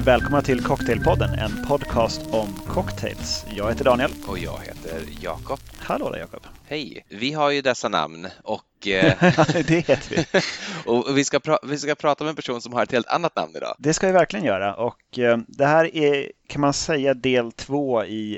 Välkomna till Cocktailpodden, en podcast om cocktails. Jag heter Daniel. Och jag heter Jakob. Hallå där, Jakob. Hej, vi har ju dessa namn och, det heter vi. och vi ska prata med en person som har ett helt annat namn idag. Det ska vi verkligen göra och det här är, kan man säga, del 2 i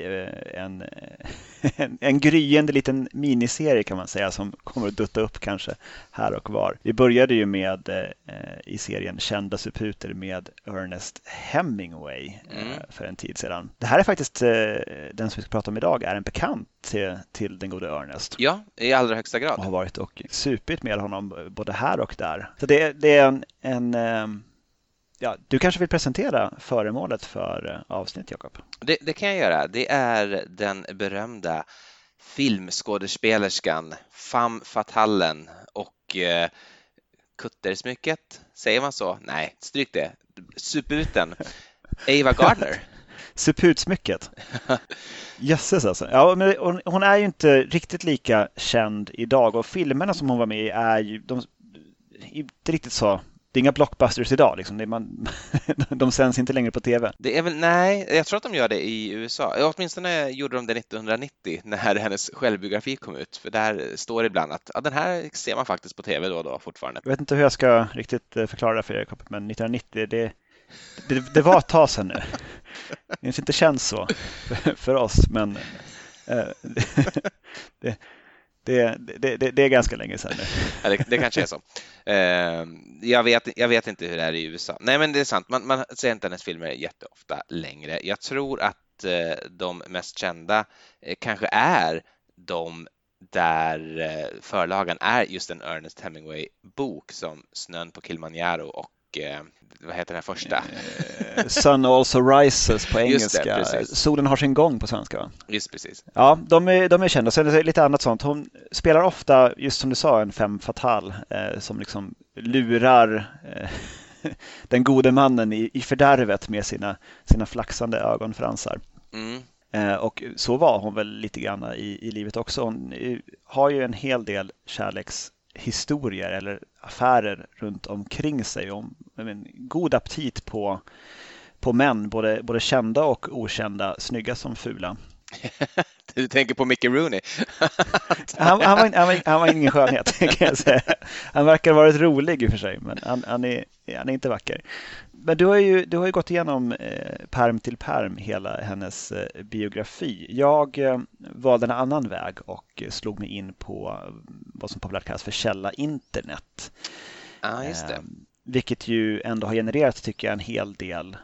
en gryende liten miniserie kan man säga som kommer att dutta upp kanske här och var. Vi började ju med i serien Kända Suputer med Ernest Hemingway för en tid sedan. Det här är faktiskt den som vi ska prata om idag är en bekant till den gode Ernest. Ja, i allra högsta grad. Och har varit och supit med honom både här och där. Så det är ja, du kanske vill presentera föremålet för avsnitt, Jakob? Det kan jag göra. Det är den berömda filmskådespelerskan femme fatalen och kuttersmycket. Säger man så? Nej, stryk det. Suputen. Ava Gardner. Suputsmycket. Jösses alltså. Ja, men hon är ju inte riktigt lika känd idag och filmerna som hon var med i är ju inte riktigt så. Det är inga blockbusters idag liksom. De sänds inte längre på tv. Det är väl, nej, jag tror att de gör det i USA. Åtminstone gjorde de det 1990 när hennes självbiografi kom ut. För där står det ibland att den här ser man faktiskt på tv då och då fortfarande. Jag vet inte hur jag ska riktigt förklara det för er, men 1990 det var ett tag sedan nu. Det inte känns så för oss, men det är ganska länge sedan nu. Ja, det kanske är så. Jag vet inte hur det är i USA. Nej, men det är sant. Man ser inte hennes filmer jätteofta längre. Jag tror att de mest kända kanske är de där förlagen är just en Ernest Hemingway-bok som Snön på Kilimanjaro och vad heter den första? Sun Also Rises på engelska. Det, Solen har sin gång på svenska, va? Just precis. Ja, de är kända. Sen är det lite annat sånt. Hon spelar ofta, just som du sa, en femme fatale som liksom lurar den gode mannen i fördärvet med sina flaxande ögonfransar. Och så var hon väl lite grann i livet också. Hon har ju en hel del kärlekshistorier eller affärer runt omkring sig. God aptit på män, både kända och okända, snygga som fula. Du tänker på Mickey Rooney. han var ingen skönhet, kan jag säga. Han verkar ha varit rolig i och för sig, men han är inte vacker. Men du har ju gått igenom perm till perm hela hennes biografi. Jag valde en annan väg och slog mig in på vad som populärt kallas för källa internet. Just det. Vilket ju ändå har genererat, tycker jag, en hel del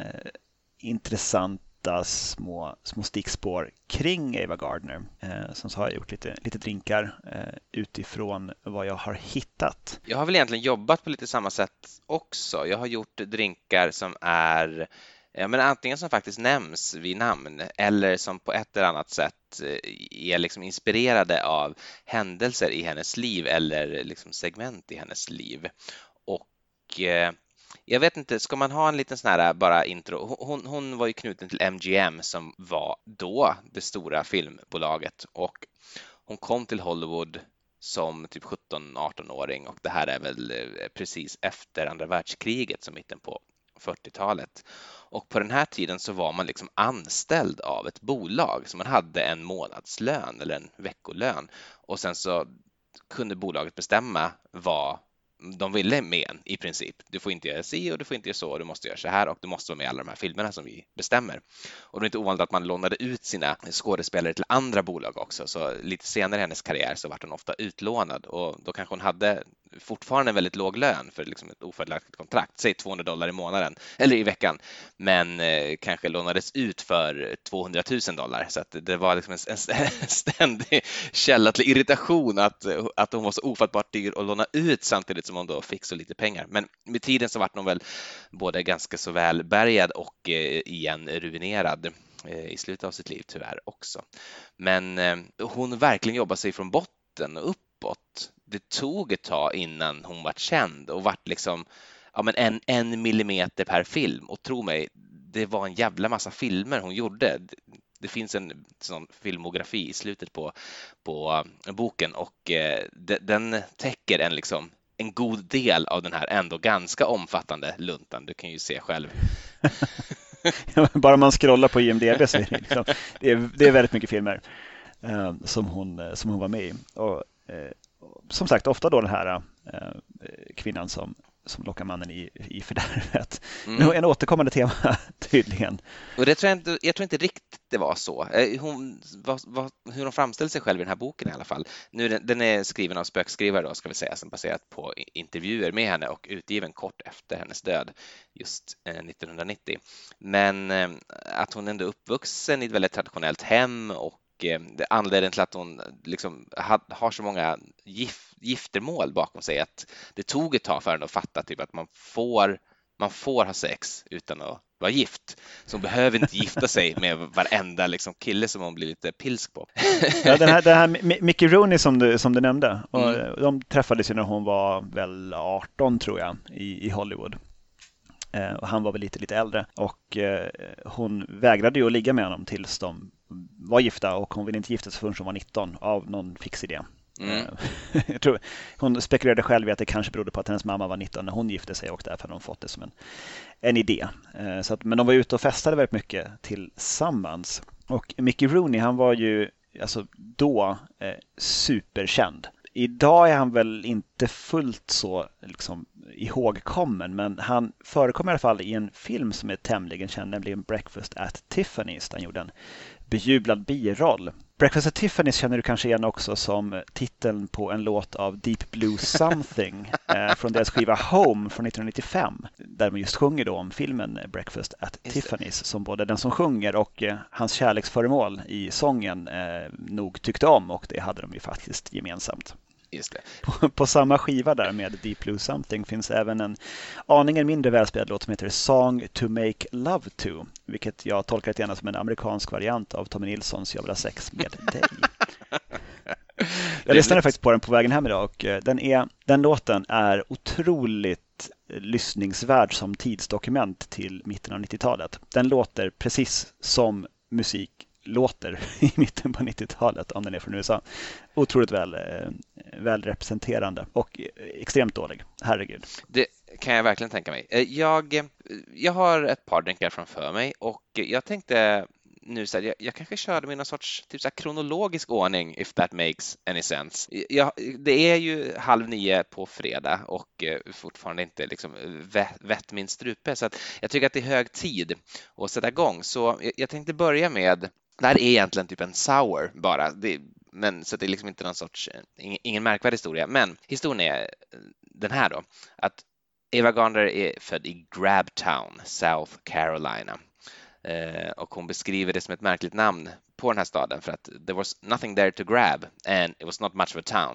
intressanta små stickspår kring Ava Gardner. Som så har jag gjort lite drinkar utifrån vad jag har hittat. Jag har väl egentligen jobbat på lite samma sätt också. Jag har gjort drinkar som är men antingen som faktiskt nämns vid namn eller som på ett eller annat sätt är liksom inspirerade av händelser i hennes liv eller liksom segment i hennes liv. Och jag vet inte, ska man ha en liten sån här bara intro? Hon var ju knuten till MGM som var då det stora filmbolaget och hon kom till Hollywood som typ 17-18-åring och det här är väl precis efter andra världskriget, som mitten på 40-talet. Och på den här tiden så var man liksom anställd av ett bolag, så man hade en månadslön eller en veckolön och sen så kunde bolaget bestämma vad de ville med en i princip. Du får inte göra si och du får inte göra så, du måste göra så här och du måste vara med i alla de här filmerna som vi bestämmer. Och det är inte ovanligt att man lånade ut sina skådespelare till andra bolag också, så lite senare i hennes karriär så var hon ofta utlånad och då kanske hon hade fortfarande en väldigt låg lön för liksom ett ofördelaktigt kontrakt, säg $200 i månaden eller i veckan, men kanske lånades ut för $200,000, så att det var liksom en ständig källa till irritation att hon var så ofattbart dyr att låna ut samtidigt som hon då fick så lite pengar. Men med tiden så var hon väl både ganska så väl bärgad och igen ruinerad i slutet av sitt liv tyvärr också. Men hon verkligen jobbade sig från botten och uppåt. Det tog ett tag innan hon var känd och vart liksom en millimeter per film. Och tro mig, det var en jävla massa filmer hon gjorde. Det finns en sån filmografi i slutet på boken och den täcker en god del av den här ändå ganska omfattande luntan. Du kan ju se själv Bara man scrollar på IMDb så är det, liksom, det är väldigt mycket filmer som hon var med i. Och, som sagt, ofta då den här kvinnan som lockar mannen i fördärvet. En återkommande tema tydligen. Och det jag tror inte riktigt det var så. Hur hon framställer sig själv i den här boken i alla fall. Nu, den är skriven av spökskrivare då, ska vi säga, som baserat på intervjuer med henne och utgiven kort efter hennes död, just 1990. Men att hon ändå är uppvuxen i ett väldigt traditionellt hem och anledningen till att hon liksom har så många giftermål bakom sig, att det tog ett tag för henne att fatta typ att man får ha sex utan att vara gift. Så hon behöver inte gifta sig med varenda liksom kille som hon blir lite pilsk på. Ja, den här Mickey Rooney som du nämnde, och de träffades ju när hon var väl 18 tror jag i Hollywood. Och han var väl lite äldre och hon vägrade ju att ligga med honom tills de var gifta, och hon ville inte gifta sig förrän hon var 19 av någon fix idé. Jag tror, hon spekulerade själv i att det kanske berodde på att hennes mamma var 19 när hon gifte sig, och därför hade hon fått det som en idé. Men de var ute och festade väldigt mycket tillsammans. Och Mickey Rooney, han var ju alltså då superkänd. Idag är han väl inte fullt så liksom ihågkommen, men han förekom i alla fall i en film som är tämligen känd, nämligen Breakfast at Tiffany's, där han gjorde en bejublad biroll. Breakfast at Tiffany's känner du kanske igen också som titeln på en låt av Deep Blue Something från deras skiva Home från 1995, där man just sjunger då om filmen Breakfast at Tiffany's, som både den som sjunger och hans kärleksföremål i sången nog tyckte om, och det hade de ju faktiskt gemensamt. Just det. På samma skiva där med Deep Blue Something finns även en aningen mindre välspelad låt som heter Song to Make Love To, vilket jag tolkar gärna som en amerikansk variant av Tommy Nilssons Jag vill ha sex med dig. Jag lyssnade faktiskt på den på vägen hem idag, och den låten är otroligt lyssningsvärd som tidsdokument till mitten av 90-talet. Den låter precis som musik låter i mitten på 90-talet, om den är från USA. Otroligt väl representerande och extremt dålig. Herregud. Det kan jag verkligen tänka mig. Jag har ett par drinkar framför mig, och jag tänkte nu så här, jag kanske körde med någon sorts typ så här kronologisk ordning, if that makes any sense. Det är ju 8:30 på fredag och fortfarande inte liksom vett min strupe, så att jag tycker att det är hög tid att sätta igång. Så jag tänkte börja med, det här är egentligen typ en sour bara, men så det är liksom inte någon sorts, ingen märkvärdig historia, men historien är den här då, att Ava Gardner är född i Grabtown, South Carolina. Och hon beskriver det som ett märkligt namn på den här staden för att there was nothing there to grab and it was not much of a town.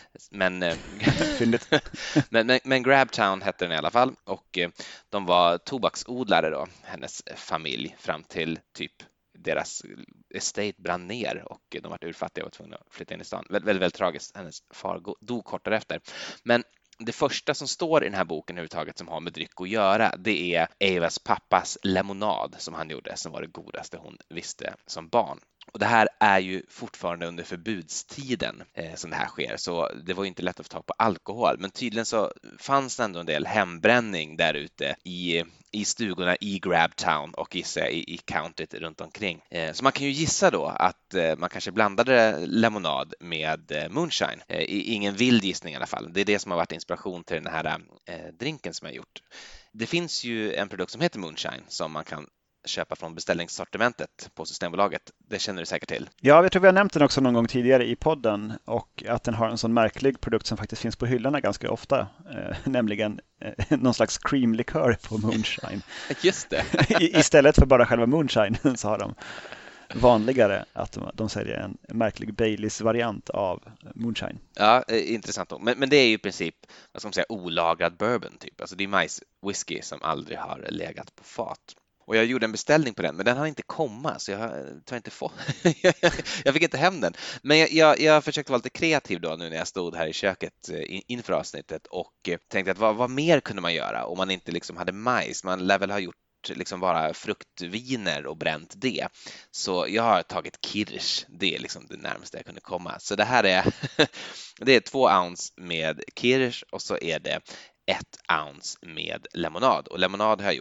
Men Grabtown hette den i alla fall, och de var tobaksodlare då, hennes familj, fram till typ deras estate brann ner och de var urfattiga och var tvungna att flytta in i stan. Väldigt tragiskt. Hennes far dog kort därefter. Men det första som står i den här boken överhuvudtaget som har med dryck att göra, det är Avas pappas lemonad som han gjorde, som var det godaste hon visste som barn. Och det här är ju fortfarande under förbudstiden som det här sker, så det var ju inte lätt att få tag på alkohol, men tydligen så fanns det ändå en del hembränning där ute i stugorna i Grabtown och i countyt runt omkring. Så man kan ju gissa då att man kanske blandade lemonad med moonshine. Ingen vild gissning i alla fall. Det är det som har varit inspiration till den här drinken som jag har gjort. Det finns ju en produkt som heter moonshine som man kan köpa från beställningssortimentet på Systembolaget. Det känner du säkert till. Ja, jag tror vi har nämnt den också någon gång tidigare i podden, och att den har en sån märklig produkt som faktiskt finns på hyllorna ganska ofta, nämligen någon slags creamlikör på moonshine. Just det. Istället för bara själva moonshine så har de vanligare att de säljer en märklig Baileys-variant av moonshine. Ja, intressant. Men det är ju i princip, vad ska man säga, olagrad bourbon typ. Alltså det är majswhisky som aldrig har legat på fat. Och jag gjorde en beställning på den, men den har inte komma, så jag fick inte hem den. Men jag försökte vara lite kreativ då nu när jag stod här i köket inför avsnittet och tänkte att vad mer kunde man göra om man inte liksom hade majs? Man lär väl ha gjort liksom bara fruktviner och bränt det. Så jag har tagit kirsch, det är liksom det närmaste jag kunde komma. Så det här det är 2 ounce med kirsch och så är det 1 ounce med lemonad. Och lemonad har jag gjort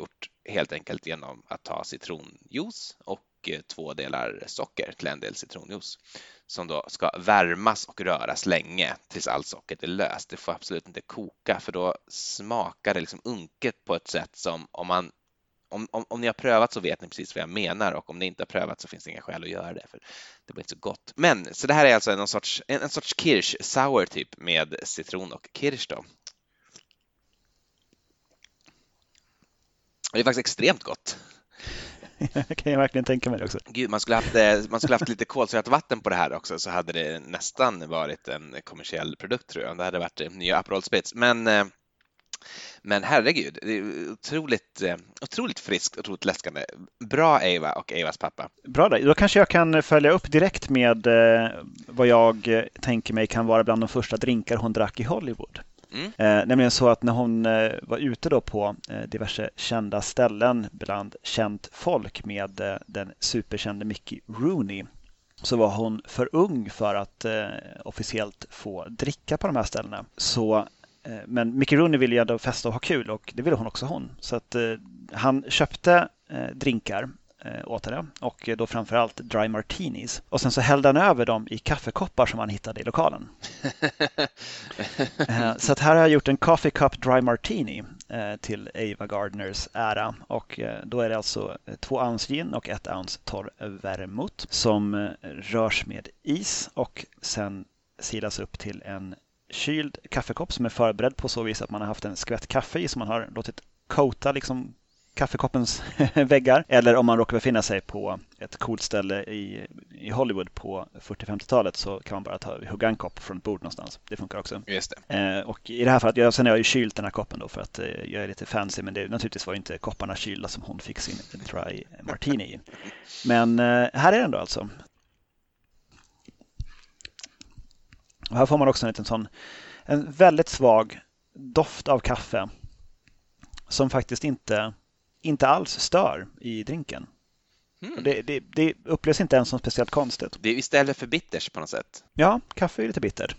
helt enkelt genom att ta citronjuice och 2 delar socker till 1 del citronjuice som då ska värmas och röras länge tills allt sockret är löst. Det får absolut inte koka för då smakar det liksom unket på ett sätt som om ni har prövat så vet ni precis vad jag menar, och om ni inte har prövat så finns det inga skäl att göra det för det blir inte så gott. Men så det här är alltså en sorts kirsch sour typ med citron och kirsch då. Det är faktiskt extremt gott. Det kan jag verkligen tänka mig också. Gud, man skulle haft lite kolsyrat vatten på det här också, så hade det nästan varit en kommersiell produkt tror jag. Det hade varit nya Aperol Spritz. Men herregud, det är otroligt friskt, otroligt läskande. Bra Eva och Evas pappa. Bra där. Då kanske jag kan följa upp direkt med vad jag tänker mig kan vara bland de första drinkar hon drack i Hollywood. Nämligen så att när hon var ute då på diverse kända ställen bland känt folk med den superkände Mickey Rooney, så var hon för ung för att officiellt få dricka på de här ställena. Men Mickey Rooney ville ju ändå festa och ha kul, och det ville hon. Så att han köpte drinkar åt henne, och då framförallt dry martinis. Och sen så hällde han över dem i kaffekoppar som han hittade i lokalen. Så att här har jag gjort en coffee cup dry martini till Ava Gardners ära. Och då är det alltså 2 ounce gin och 1 ounce torr vermouth som rörs med is och sen silas upp till en kyld kaffekopp som är förberedd på så vis att man har haft en skvätt kaffe i som man har låtit coata liksom kaffekoppens väggar. Eller om man råkar befinna sig på ett coolt ställe i Hollywood på 40-50-talet så kan man bara hugga en kopp från ett bord någonstans. Det funkar också. Just det. Och i det här fallet, sen har jag ju kylt den här koppen då för att jag är lite fancy, men naturligtvis var ju inte kopparna kylda som hon fick sin dry martini i. Men här är den då alltså. Och här får man också en väldigt svag doft av kaffe som faktiskt inte alls stör i drinken. Det upplevs inte ens som speciellt konstigt. Det är istället för bitters på något sätt. Ja, kaffe är lite bitter.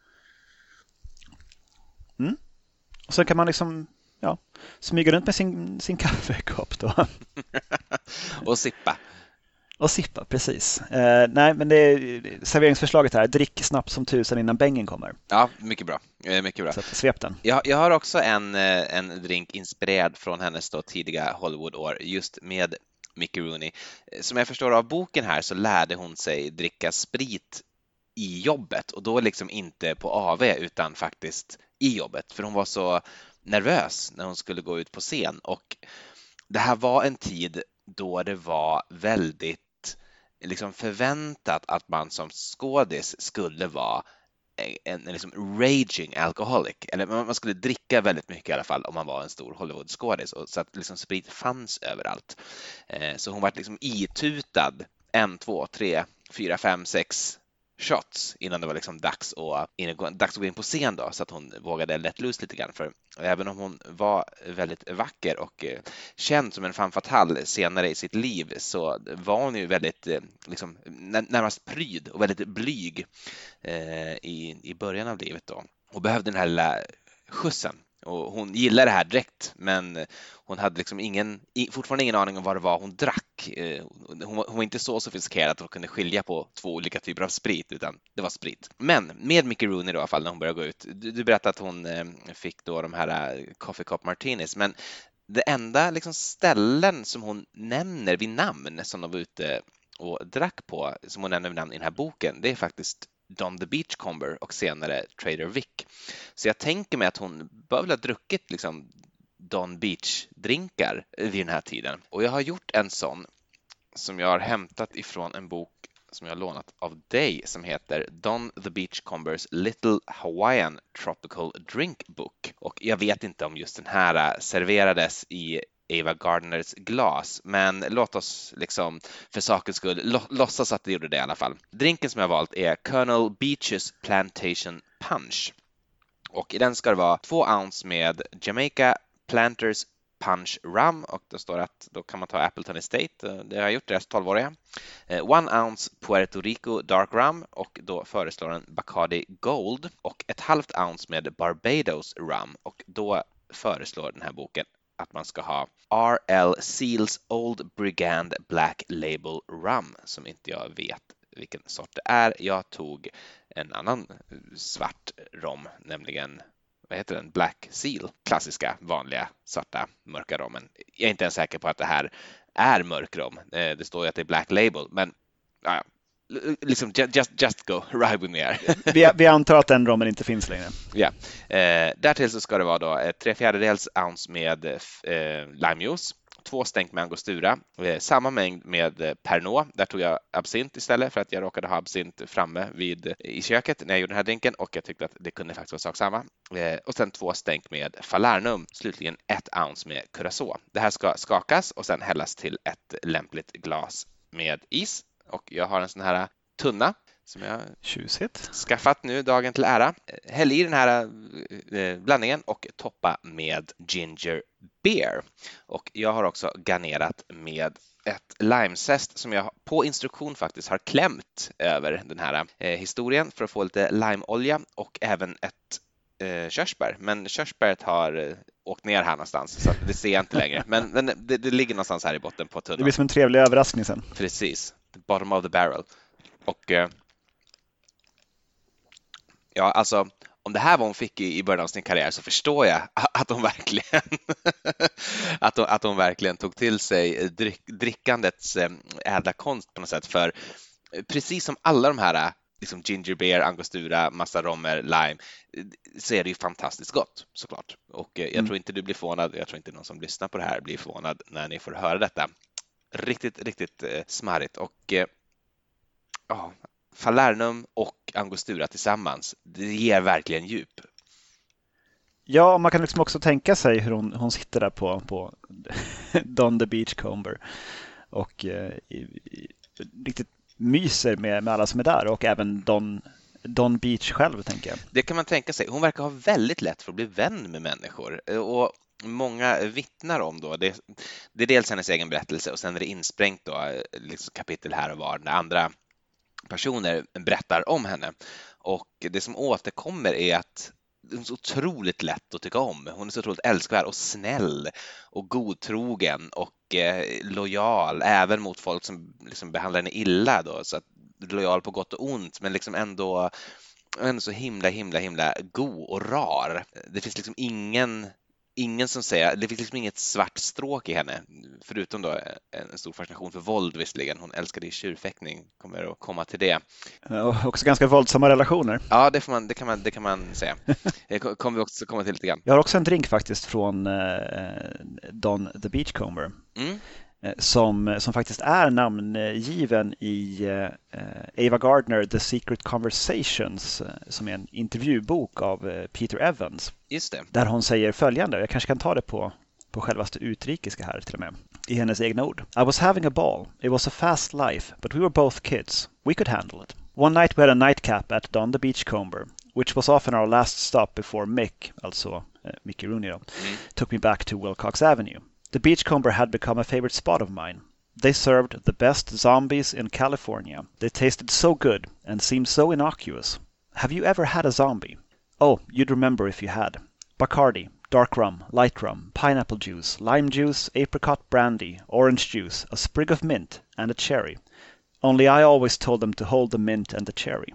Och så kan man liksom smyga runt med sin kaffekopp då. Och sippa. Och sippa, precis. Nej, men det är serveringsförslaget här. Drick snabbt som tusan innan bängen kommer. Ja, mycket bra. Mycket bra. Så svep den. Jag har också en drink inspirerad från hennes då tidiga Hollywood-år just med Mickey Rooney. Som jag förstår av boken här så lärde hon sig dricka sprit i jobbet, och då liksom inte på AV utan faktiskt i jobbet, för hon var så nervös när hon skulle gå ut på scen. Och det här var en tid då det var väldigt liksom förväntat att man som skådis skulle vara en liksom raging alcoholic, eller man skulle dricka väldigt mycket i alla fall om man var en stor Hollywood-skådis, och så att liksom sprit fanns överallt. Så hon var liksom itutad 1, 2, 3, 4, 5, 6 shots innan det var liksom dags att gå in på scen då, så att hon vågade let loose lite grann. För även om hon var väldigt vacker och känd som en femme fatale senare i sitt liv, så var hon ju väldigt liksom närmast pryd och väldigt blyg i början av livet då, och behövde den här lilla skjutsen. Och hon gillade det här direkt, men hon hade liksom fortfarande ingen aning om vad det var hon drack. Hon var inte så sofistikerad att hon kunde skilja på 2 olika typer av sprit, utan det var sprit. Men med Mickey Rooney då, i alla fall när hon började gå ut. Du berättade att hon fick då de här coffee cup martinis, men det enda liksom ställen som hon nämner vid namn som de var ute och drack på, som hon nämner vid namn i den här boken, det är faktiskt Don the Beachcomber och senare Trader Vic. Så jag tänker mig att hon bör väl ha druckit liksom Don Beach-drinkar vid den här tiden. Och jag har gjort en sån som jag har hämtat ifrån en bok som jag har lånat av dig som heter Don the Beachcombers Little Hawaiian Tropical Drink Book. Och jag vet inte om just den här serverades i Ava Gardners glas, men låt oss liksom för sakens skull låtsas att det gjorde det i alla fall. Drinken som jag har valt är Colonel Beach's Plantation Punch, och i den ska det vara 2 ounce med Jamaica Planters Punch Rum, och då står att då kan man ta Appleton Estate, det har jag gjort, deras 12-åriga. 1 ounce Puerto Rico Dark Rum, och då föreslår den Bacardi Gold, och 1/2 ounce med Barbados Rum, och då föreslår den här boken att man ska ha R.L. Seals Old Brigand Black Label Rum, som inte jag vet vilken sort det är. Jag tog en annan svart rom, nämligen vad heter den? Black Seal, klassiska vanliga svarta mörka rommen. Jag är inte ens säker på att det här är mörk rom. Det står ju att det är Black Label, men ja, liksom just go, ride with me här. Vi antar att den rommen inte finns längre. Ja. Därtill så ska det vara då 3/4 ounce med limejuice, 2 stänk med angostura, samma mängd med Pernod. Där tog jag absint istället för att jag råkade ha absint framme i köket när jag gjorde den här drinken och jag tyckte att det kunde faktiskt vara sak samma. Och sen 2 stänk med Falernum, slutligen 1 ounce med Curacao. Det här ska skakas och sen hällas till ett lämpligt glas med is. Och jag har en sån här tunna som jag skaffat nu dagen till ära. Häll i den här blandningen och toppa med ginger beer. Och jag har också garnerat med ett limezest som jag på instruktion faktiskt har klämt över den här historien för att få lite limeolja och även ett körsbär. Men körsbäret har åkt ner här någonstans så det ser jag inte längre. Men det ligger någonstans här i botten på tunnan. Det blir som en trevlig överraskning sen. Precis. The bottom of the barrel. Och ja, alltså om det här var hon fick i början av sin karriär så förstår jag att hon verkligen att hon verkligen tog till sig drickandets ädla konst på något sätt. För precis som alla de här liksom ginger beer, angostura, massa rommer, lime, så är det ju fantastiskt gott såklart. Och jag tror inte du blir förvånad, jag tror inte någon som lyssnar på det här blir förvånad när ni får höra detta. Riktigt smarrigt och Falernum och angostura tillsammans, det ger verkligen djup. Ja, man kan liksom också tänka sig hur hon sitter där på Don the Beachcomber och riktigt myser med alla som är där och även Don Beach själv, tänker jag. Det kan man tänka sig. Hon verkar ha väldigt lätt för att bli vän med människor och många vittnar om då. Det är dels hennes egen berättelse och sen är det insprängt då liksom kapitel här och var där andra personer berättar om henne. Och det som återkommer är att hon är så otroligt lätt att tycka om. Hon är så otroligt älskvärd och snäll och godtrogen och lojal även mot folk som liksom behandlar henne illa då, så att lojal på gott och ont, men liksom ändå så himla god och rar. Det finns liksom ingen som säger, det finns liksom inget svart stråk i henne, förutom då en stor fascination för våld visserligen. Hon älskade ju tjurfäktning, kommer att komma till det. Och också ganska våldsamma relationer. Ja, det kan man säga. Det kommer vi också komma till lite grann. Jag har också en drink faktiskt från Don the Beachcomber. Som faktiskt är namngiven i Ava Gardner The Secret Conversations, som är en intervjubok av Peter Evans. Just det. Där hon säger följande, jag kanske kan ta det på självaste utrikiska här till och med, i hennes egna ord. I was having a ball. It was a fast life, but we were both kids. We could handle it. One night we had a nightcap at Don the Beachcomber, which was often our last stop before Mick, alltså Mickey Rooney då, took me back to Wilcox Avenue. The Beachcomber had become a favorite spot of mine. They served the best zombies in California. They tasted so good and seemed so innocuous. Have you ever had a zombie? Oh, you'd remember if you had. Bacardi, dark rum, light rum, pineapple juice, lime juice, apricot brandy, orange juice, a sprig of mint, and a cherry. Only I always told them to hold the mint and the cherry.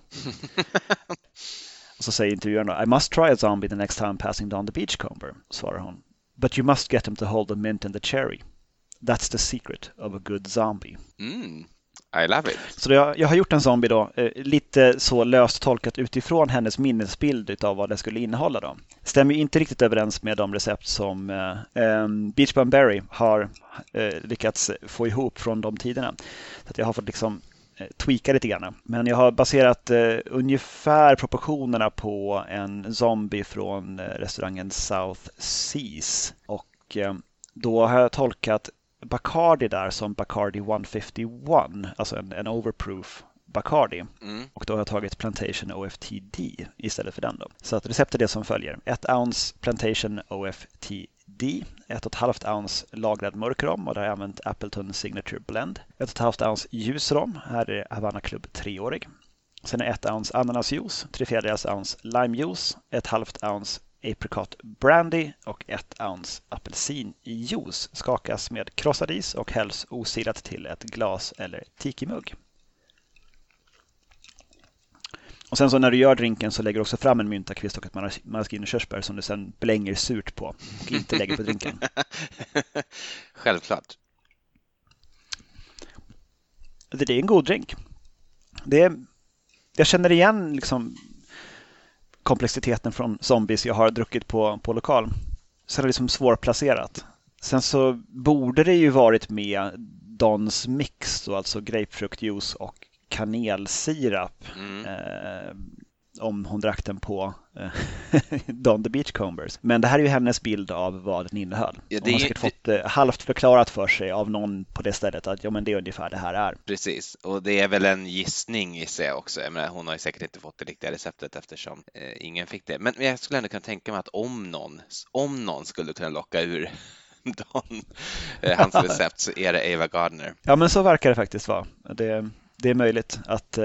Och så säger intervjuaren, I must try a zombie the next time passing down the Beachcomber, svarar hon. But you must get them to hold the mint and the cherry. That's the secret of a good zombie. I love it. Så jag har gjort en zombie då, lite så löst tolkat utifrån hennes minnesbild av vad det skulle innehålla då. Stämmer ju inte riktigt överens med de recept som Beach Bum Berry har lyckats få ihop från de tiderna. Så att jag har fått liksom tweaka lite grann. Men jag har baserat ungefär proportionerna på en zombie från restaurangen South Seas. Och då har jag tolkat Bacardi där som Bacardi 151, alltså en overproof Bacardi. Och då har jag tagit Plantation OFTD istället för den då. Så att receptet är det som följer. 1 ounce Plantation OFTD, 1,5 ounce lagrad mörkrom, och där har jag använt Appleton Signature Blend. 1,5 ounce ljusrom, här är Havana Club 3-årig. Sen är 1 ounce ananasjuice, 3/4 ounce limejuice, 1,5 ounce apricot brandy och 1 ounce apelsinjuice. Skakas med krossad is och hälls osilat till ett glas eller tiki-mugg. Och sen så när du gör drinken så lägger du också fram en myntakvist och ett maraschino-körsbär som du sen blänger surt på och inte lägger på drinken. Självklart. Det är en god drink. Jag känner igen liksom komplexiteten från zombies jag har druckit på lokal. Så är det liksom svårplacerat. Sen så borde det ju varit med Dons mix, alltså grapefruktjuice och kanelsirap. Om hon drack den på Don the Beachcombers. Men det här är ju hennes bild av vad den innehöll. Ja, hon har säkert fått halvt förklarat för sig av någon på det stället att ja, men det är ungefär det här är. Precis, och det är väl en gissning i sig också. Jag menar, hon har ju säkert inte fått det riktiga receptet eftersom ingen fick det. Men jag skulle ändå kunna tänka mig att om någon skulle kunna locka ur hans recept så är det Ava Gardner. Ja, men så verkar det faktiskt vara. Det är möjligt att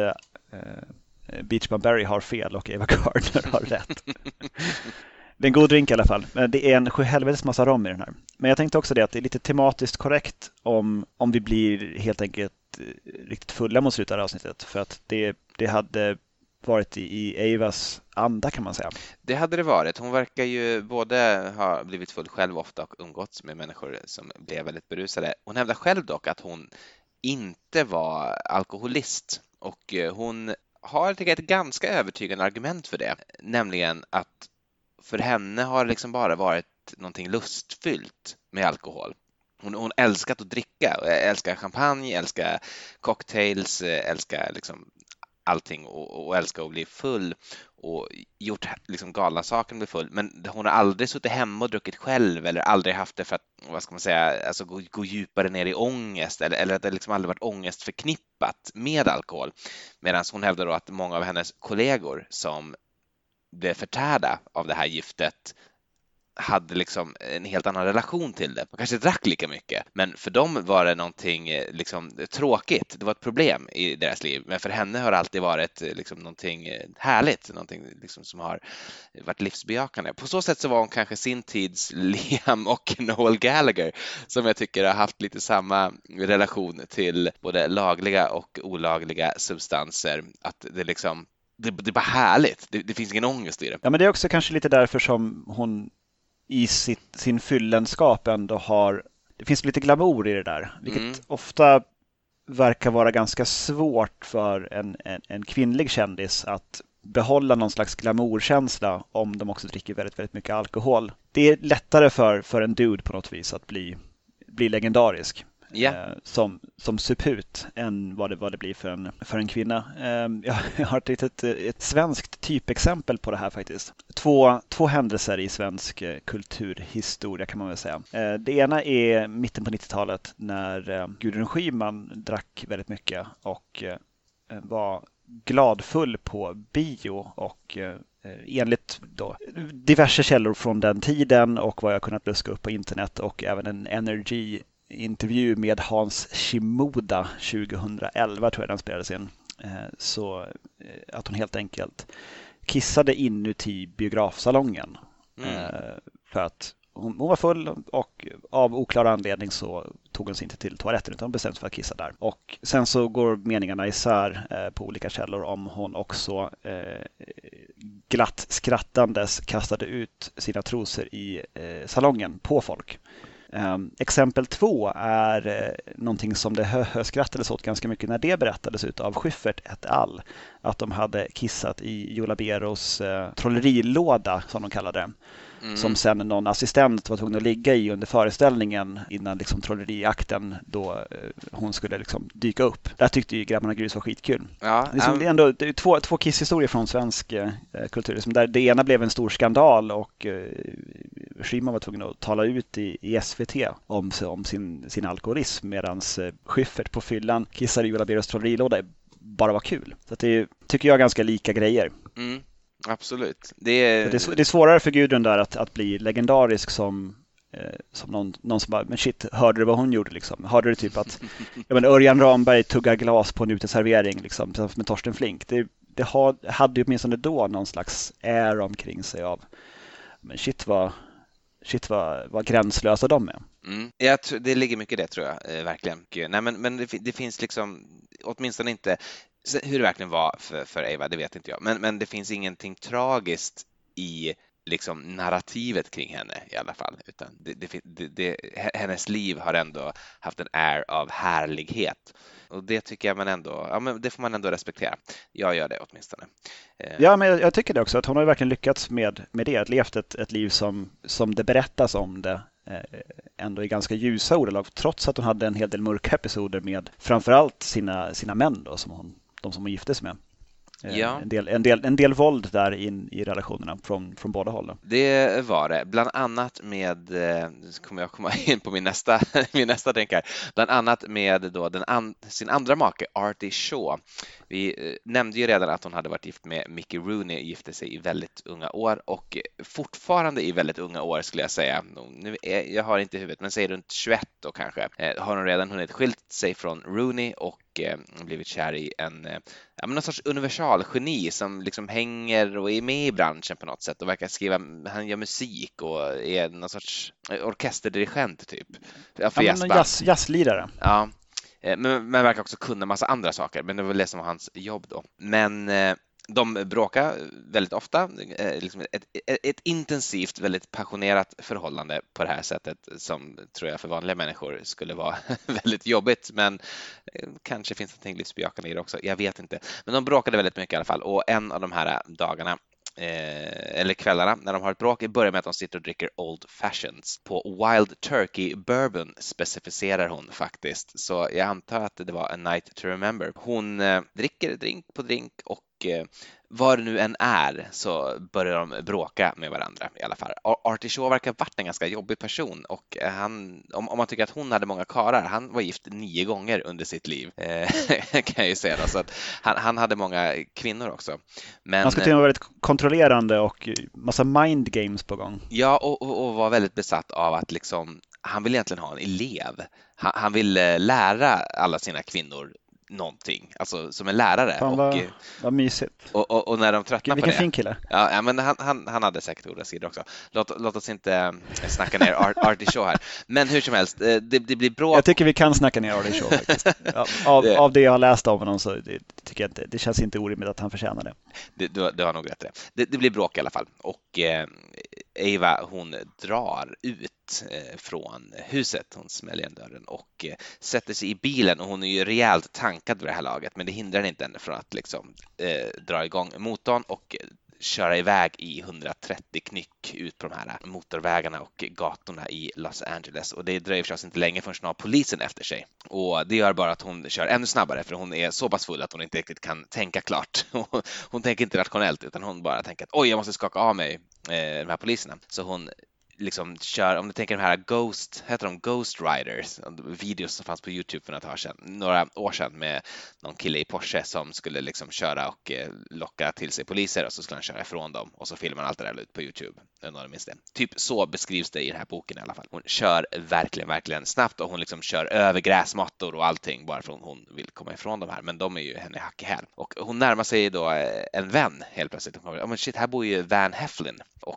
Beach Bum Berry har fel och Ava Gardner har rätt. Det är en god drink i alla fall. Men det är en sjuhelvetes massa rom i den här. Men jag tänkte också det att det är lite tematiskt korrekt om vi blir helt enkelt riktigt fulla mot slutet av avsnittet. För att det hade varit i Avas anda kan man säga. Det hade det varit. Hon verkar ju både ha blivit full själv ofta och umgåtts med människor som blev väldigt berusade. Hon hävdar själv dock att hon inte var alkoholist och hon har ett ganska övertygande argument för det, nämligen att för henne har det liksom bara varit någonting lustfyllt med alkohol. Hon älskat att dricka, älskar champagne, älskar cocktails, älskar liksom allting och älskar att bli full och gjort liksom galna saker med full, men hon har aldrig suttit hemma och druckit själv eller aldrig haft det för att, vad ska man säga, alltså gå djupare ner i ångest eller att det liksom aldrig varit ångest förknippat med alkohol. Medan hon hävdar då att många av hennes kollegor som blev förtärda av det här giftet hade liksom en helt annan relation till det. Man kanske drack lika mycket, men för dem var det någonting liksom tråkigt. Det var ett problem i deras liv, men för henne har det alltid varit liksom någonting härligt, någonting liksom som har varit livsbejakande. På så sätt så var hon kanske sin tids Liam och Noel Gallagher, som jag tycker har haft lite samma relation till både lagliga och olagliga substanser. Att det liksom det är bara härligt. Det finns ingen ångest i det. Ja, men det är också kanske lite därför som hon i sin fyllenskap ändå har, det finns lite glamour i det där, vilket ofta verkar vara ganska svårt för en kvinnlig kändis att behålla någon slags glamourkänsla om de också dricker väldigt, väldigt mycket alkohol. Det är lättare för en dude på något vis att bli legendarisk. Som suput än vad det blir för en kvinna. Jag har ett svenskt typexempel på det här faktiskt. Två händelser i svensk kulturhistoria kan man väl säga. Det ena är mitten på 90-talet när Gudrun Schyman drack väldigt mycket och var gladfull på bio och enligt då diverse källor från den tiden och vad jag kunnat luska upp på internet och även en Energy-intervju med Hans Shimoda 2011 tror jag den spelades in. Så att hon helt enkelt kissade inuti biografsalongen för att hon var full och av oklar anledning så tog hon sig inte till toaletten utan bestämde sig för att kissa där. Och sen så går meningarna isär på olika källor om hon också glatt skrattandes kastade ut sina trosor i salongen på folk. Exempel 2 är någonting som det skrattades åt ganska mycket när det berättades ut av Schyffert et al. Att de hade kissat i Joe Laberos trollerilåda som de kallade det. Som sen någon assistent var tvungen att ligga i under föreställningen innan liksom trolleriakten då hon skulle liksom dyka upp. Där tyckte ju grabbarna Grus var skitkul. Ja, det är ändå två kisshistorier från svensk kultur. Liksom där det ena blev en stor skandal och Schyman var tvungen att tala ut i SVT om sin alkoholism medan Schyffert på fyllan kissade i Joe Laberos trollerilåda bara var kul. Så att det tycker jag är ganska lika grejer. Absolut. Det är svårare för Gudrun där att bli legendarisk som någon som bara, men shit, hörde du vad hon gjorde liksom? Hörde du typ att Örjan Ramberg tuggar glas på en uteservering liksom, med Torsten Flink? Det hade ju åtminstone då någon slags air omkring sig Men vad gränslösa de är. Det ligger mycket i det, tror jag, verkligen. Nej, men det finns liksom, åtminstone inte, hur det verkligen var för Ava, det vet inte jag. Men det finns ingenting tragiskt i liksom narrativet kring henne i alla fall, utan hennes liv har ändå haft en air av härlighet, och det tycker jag man ändå, ja, men det får man ändå respektera. Jag gör det åtminstone. Ja, men jag tycker det också, att hon har verkligen lyckats med det, att levt ett liv som det berättas om det, ändå i ganska ljusa ordalag, trots att hon hade en hel del mörka episoder med framförallt sina män då, de som hon gifte sig med. Ja. En del våld där i relationerna från båda hållen. Det var det. Bland annat med, kommer jag komma in på min nästa drink här. Bland annat med då sin andra make, Artie Shaw. Vi nämnde ju redan att hon hade varit gift med Mickey Rooney, gifte sig i väldigt unga år, och fortfarande i väldigt unga år skulle jag säga. Jag har inte i huvudet, men säg runt 21 då kanske. Har hon redan hunnit skilt sig från Rooney och blivit kär i någon sorts universalgeni som liksom hänger och är med i branschen på något sätt och verkar han gör musik och är någon sorts orkesterdirigent typ. Jazzlirare. Ja, men verkar också kunna massa andra saker, men det var det som var hans jobb då. Men de bråkar väldigt ofta, liksom ett intensivt, väldigt passionerat förhållande på det här sättet, som tror jag för vanliga människor skulle vara väldigt jobbigt, men kanske finns det livsbejakande i det också, jag vet inte. Men de bråkade väldigt mycket i alla fall, och en av de här dagarna eller kvällarna när de har ett bråk börjar med att de sitter och dricker Old Fashions. På Wild Turkey Bourbon specificerar hon faktiskt, så jag antar att det var a night to remember. Hon dricker drink på drink, och vad det nu än är så börjar de bråka med varandra i alla fall. Artie Shaw verkar ha varit en ganska jobbig person, och om man tycker att hon hade många karar, han var gift 9 gånger under sitt liv, kan jag ju säga då, så att han hade många kvinnor också. Men han skulle till och med vara väldigt kontrollerande och massa mind games på gång. Ja, och var väldigt besatt av att liksom, han vill egentligen ha en elev. Han vill lära alla sina kvinnor någonting, alltså som en lärare. Fan, vad mysigt. Och när de tröttnar på det. Vilken fin kille. Ja, men han hade säkert goda sidor också. Låt oss inte snacka ner Artie Shaw här. Men hur som helst, det blir bråk. Jag tycker vi kan snacka ner Artie Shaw faktiskt. Av det jag har läst av honom, så tycker jag det känns inte orimligt att han förtjänar det. Du har nog rätt i det. Det blir bråk i alla fall. Och Ava, hon drar ut från huset. Hon smäller igen dörren och sätter sig i bilen, och hon är ju rejält tankad vid det här laget, men det hindrar inte henne från att liksom dra igång motorn och köra iväg i 130 knyck ut på de här motorvägarna och gatorna i Los Angeles. Och det dröjer förstås inte länge förrän hon har polisen efter sig. Och det gör bara att hon kör ännu snabbare, för hon är så pass full att hon inte riktigt kan tänka klart. Hon tänker inte rationellt, utan hon bara tänker att oj, jag måste skaka av mig de här poliserna. Så hon liksom kör, om du tänker de här Ghost Riders, videos som fanns på YouTube för några år sedan med någon kille i Porsche som skulle liksom köra och locka till sig poliser, och så skulle han köra ifrån dem, och så filmar han allt det där ut på YouTube. Minns det. Typ så beskrivs det i den här boken i alla fall. Hon kör verkligen snabbt, och hon liksom kör över gräsmattor och allting bara för att hon vill komma ifrån de här, men de är ju henne hack i häl. Och hon närmar sig då en vän helt plötsligt. Hon kommer, men shit, här bor ju Van Heflin. Och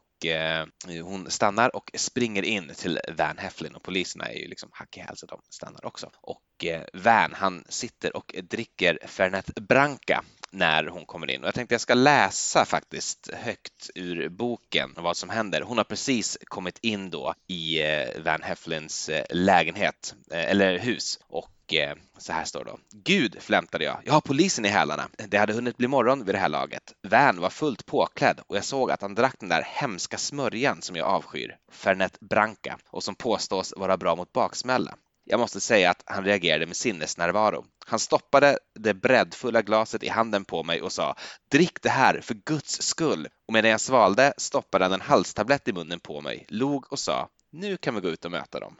hon stannar och springer in till Van Heflin, och poliserna är ju liksom hack i häl, så de stannar också. Och Van, han sitter och dricker Fernet Branca när hon kommer in. Och jag tänkte jag ska läsa faktiskt högt ur boken vad som händer. Hon har precis kommit in då i Van Heflins lägenhet, eller hus, och så här står det då. Gud, flämtade jag. Jag har polisen i hälarna. Det hade hunnit bli morgon vid det här laget. Van var fullt påklädd, och jag såg att han drack den där hemska smörjan som jag avskyr, Fernet Branca, och som påstås vara bra mot baksmälla. Jag måste säga att han reagerade med sinnesnärvaro. Han stoppade det breddfulla glaset i handen på mig och sa: drick det här för Guds skull. Och medan jag svalde stoppade han en halstablett i munnen på mig, log och sa: nu kan vi gå ut och möta dem.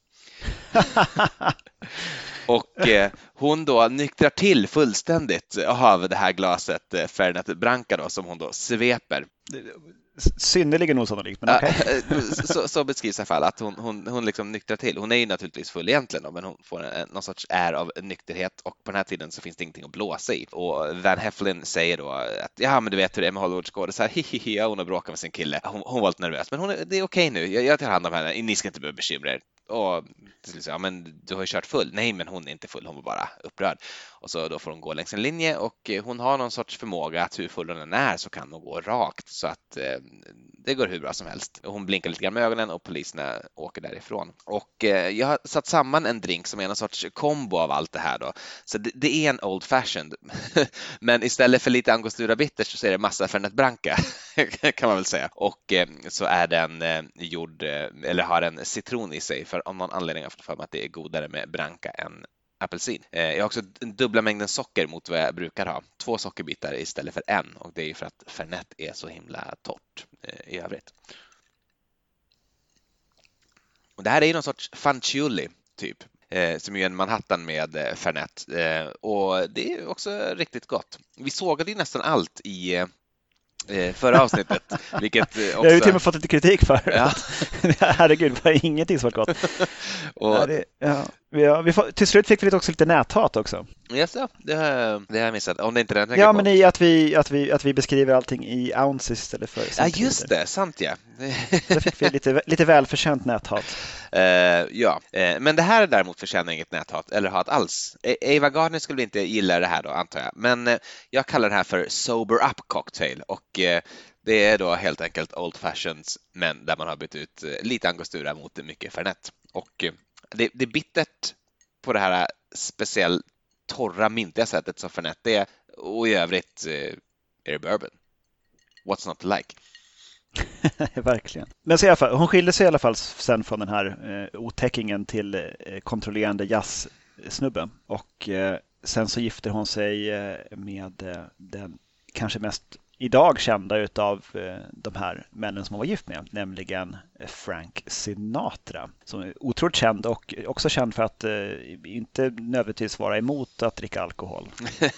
Och hon då nyktrar till fullständigt av det här glaset Fernet Branca då, som hon då sveper. Synnerligen osannolikt, men okej. Så beskrivs i alla fall att hon liksom nyktrar till. Hon är ju naturligtvis full egentligen då, men hon får någon sorts är av nykterhet och på den här tiden så finns det ingenting att blåsa i. Och Van Heflin säger då att ja, men du vet hur det är med Hollywoodskådespelare, så här, hihihi, hon har bråkat med sin kille. Hon var lite nervös, men det är okej nu. Jag tar hand om henne. Ni ska inte behöva bekymra er. Och ja, men du har ju kört full. Nej, men hon är inte full, hon var bara upprörd. Och så då får hon gå längs en linje och hon har någon sorts förmåga att hur full hon är så kan hon gå rakt så att det går hur bra som helst. Hon blinkar lite grann med ögonen och poliserna åker därifrån. Och jag har satt samman en drink som är någon sorts kombo av allt det här då. Så det är en old fashioned. Men istället för lite angostura bitters så är det massa Fernet Branca kan man väl säga. Och så är den gjord eller har en citron i sig för om någon anledning har jag fått för mig att det är godare med Branca än apelsin. Jag har också dubbla mängden socker mot vad jag brukar ha. 2 sockerbitar istället för 1 och det är ju för att Fernet är så himla torrt i övrigt. Och det här är ju någon sorts fanciulli typ. Som är en Manhattan med Fernet. Och det är också riktigt gott. Vi sågade ju nästan allt i förra avsnittet. Vilket också... Jag har ju till och med fått lite kritik för. Ja. Herregud, det var ingenting som var gott. Och... till slut fick vi också lite näthat också. Yes, ja, det har jag missat. Om det inte är den ja, men i att vi beskriver allting i ounces istället för ja, just det, sant ja. Där fick vi lite välförtjänt näthat. Ja, men det här däremot förtjänar inget näthat eller hat alls. Ava Gardner skulle inte gilla det här då, antar jag. Men jag kallar det här för sober up cocktail och det är då helt enkelt old fashions men där man har bytt ut lite angostura mot mycket Fernet. Och det är bittert på det här speciellt torra, mintiga sättet som Fernet är och i övrigt är det bourbon. What's not to like? Verkligen. Men så i alla fall, hon skilde sig i alla fall sen från den här otäckingen till kontrollerande jazzsnubben. Och sen så gifter hon sig med den kanske mest idag kända utav de här männen som hon var gift med, nämligen Frank Sinatra. Som är otroligt känd och också känd för att inte nödvändigtvis vara emot att dricka alkohol.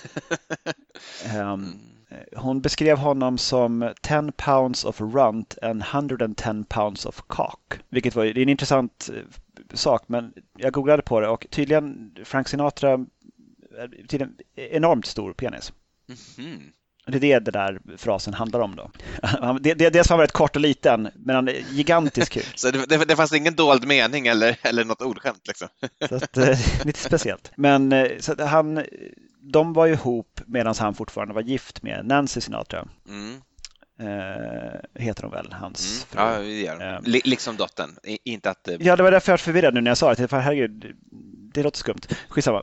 Hon beskrev honom som 10 pounds of runt and 110 pounds of cock. Vilket det är en intressant sak, men jag googlade på det och tydligen Frank Sinatra tydligen enormt stor penis. Mm-hmm. Det är det där frasen handlar om då. Det var väldigt kort och liten, men han är gigantisk kuk. Så det fanns ingen dold mening eller något ordskämt liksom. Så att, lite speciellt. Men så att de var ju ihop medan han fortfarande var gift med Nancy Sinatra. Mm. Heter hon väl, hans fru. Ja, det gör liksom dottern. Inte att... Ja, det var därför jag var förvirrad nu när jag sa det. För herregud, det låter skumt. Skitsamma.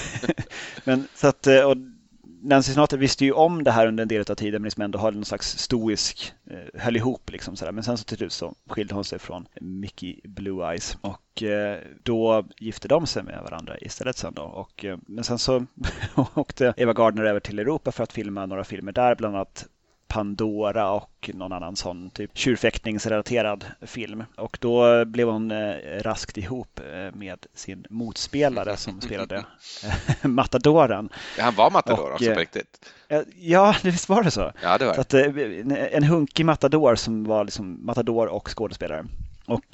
Men så att... Och Nancy Sinatra visste ju om det här under en del av tiden men liksom ändå hade någon slags stoisk höll ihop liksom sådär. Men sen så till slut så skilde hon sig från Mickey Blue Eyes och då gifte de sig med varandra istället sen då. Och, men sen så åkte Ava Gardner över till Europa för att filma några filmer där, bland annat Pandora och någon annan sån typ tjurfäktningsrelaterad film. Och då blev hon raskt ihop med sin motspelare som spelade Matadoren. Han var Matador också på riktigt. Ja, visst var det så. Ja, det var. Så att, en hunkig Matador som var liksom Matador och skådespelare. Och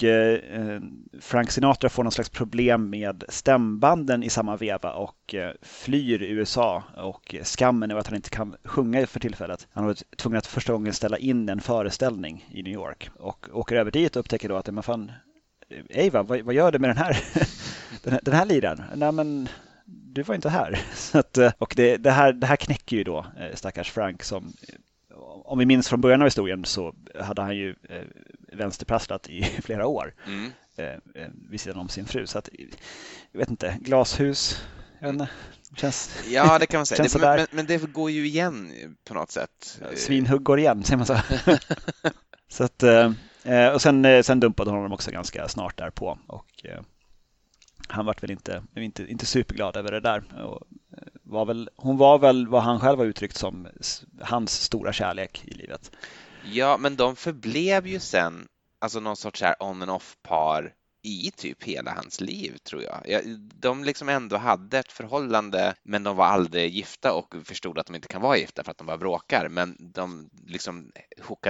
Frank Sinatra får någon slags problem med stämbanden i samma veva och flyr USA och skammen är att han inte kan sjunga för tillfället. Han var tvungen att första gången ställa in en föreställning i New York och åker över dit och upptäcker då att men fan, Ava, vad gör du med den här den här liraren? Nej men du var inte här. Så att, och det här knäcker ju då stackars Frank som... Om vi minns från början av historien så hade han ju vänsterprasslat i flera år vid sidan om sin fru. Så att, jag vet inte, glashus, jag vet inte, känns... Ja, det kan man säga. Men det går ju igen på något sätt. Svinhugg går igen, säger man så. Så att, och sen dumpade honom också ganska snart därpå. Och han var väl inte superglad över det där. Och hon var väl vad han själv har uttryckt som hans stora kärlek i livet. Ja, men de förblev ju sen alltså någon sorts här on and off par i typ hela hans liv, tror jag. De liksom ändå hade ett förhållande, men de var aldrig gifta och förstod att de inte kan vara gifta för att de bara bråkar. Men de liksom hookade upp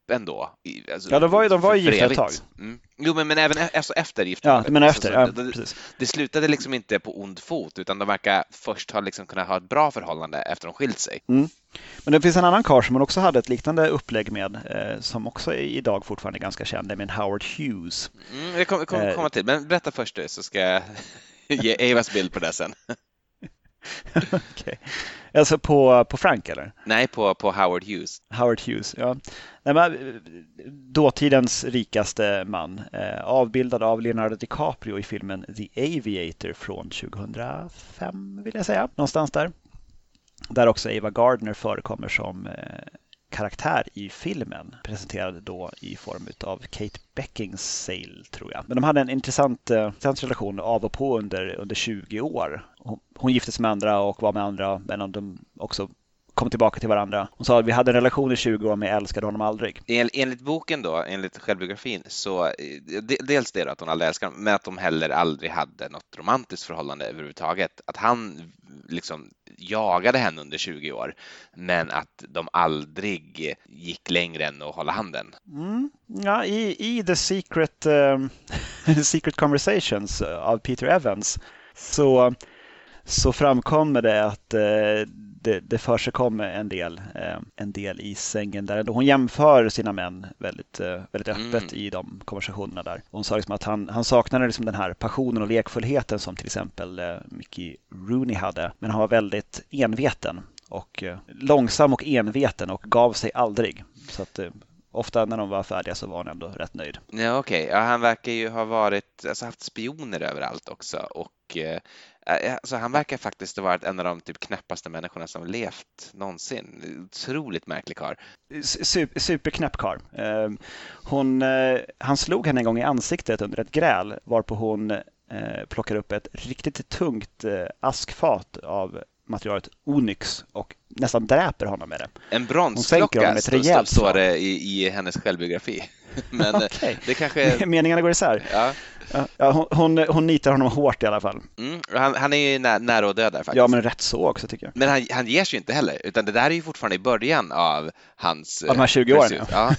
ändå. Alltså, Ja, de var ju för gifta ett evigt. tag. Jo, men även efter Ja, giftermålet. men efter, ja, det, precis. det slutade liksom inte på ond fot, utan de verkar först ha liksom kunnat ha ett bra förhållande efter de skilt sig. Mm. Men det finns en annan karl som man också hade ett liknande upplägg med, som också är idag fortfarande ganska känd, med Howard Hughes. Det kommer komma till, men berätta först du, så ska jag ge Evas bild på det sen. Okay. Alltså på Frank, eller? Nej, på Howard Hughes. Howard Hughes, ja. Nej, men, dåtidens rikaste man, avbildad av Leonardo DiCaprio i filmen The Aviator från 2005, vill jag säga. Någonstans där. Där också Ava Gardner förekommer som karaktär i filmen, presenterad då i form av Kate Beckinsale, tror jag. Men de hade en intressant relation av och på under 20 år. Hon gifte sig med andra och var med andra, men de också kom tillbaka till varandra. Hon sa att vi hade en relation i 20 år, men jag älskade honom aldrig. Enligt boken då, enligt självbiografin, så dels det då, att hon aldrig älskade honom, men att de heller aldrig hade något romantiskt förhållande överhuvudtaget. Att han liksom jagade henne under 20 år, men att de aldrig gick längre än att hålla handen. Ja, i The Secret Conversations av Peter Evans så framkommer det att det förekommer en del i sängen där. Hon jämför sina män väldigt öppet i de konversationerna där. Hon sa liksom att han saknade liksom den här passionen och lekfullheten som till exempel Mickey Rooney hade. Men han var väldigt enveten och långsam och enveten och gav sig aldrig. Så att ofta när de var färdiga så var han ändå rätt nöjd. Ja, okej. Ja, han verkar ju ha haft spioner överallt också, och alltså, han verkar faktiskt ha varit en av de typ knäppaste människorna som levt någonsin. Otroligt märklig karl. Superknäpp karl. Han slog henne en gång i ansiktet under ett gräl, varpå hon plockar upp ett riktigt tungt askfat av materialet Onyx och nästan dräper honom med det. En bronsklocka står det i hennes självbiografi. Men okay. Det kanske... Meningarna går isär. Ja. Ja, hon nitar honom hårt i alla fall. Han är ju nära att dö där faktiskt. Ja, men rätt så också tycker jag. Men han ger sig ju inte heller, utan det där är ju fortfarande i början av hans... Av de här 20 åren, ja.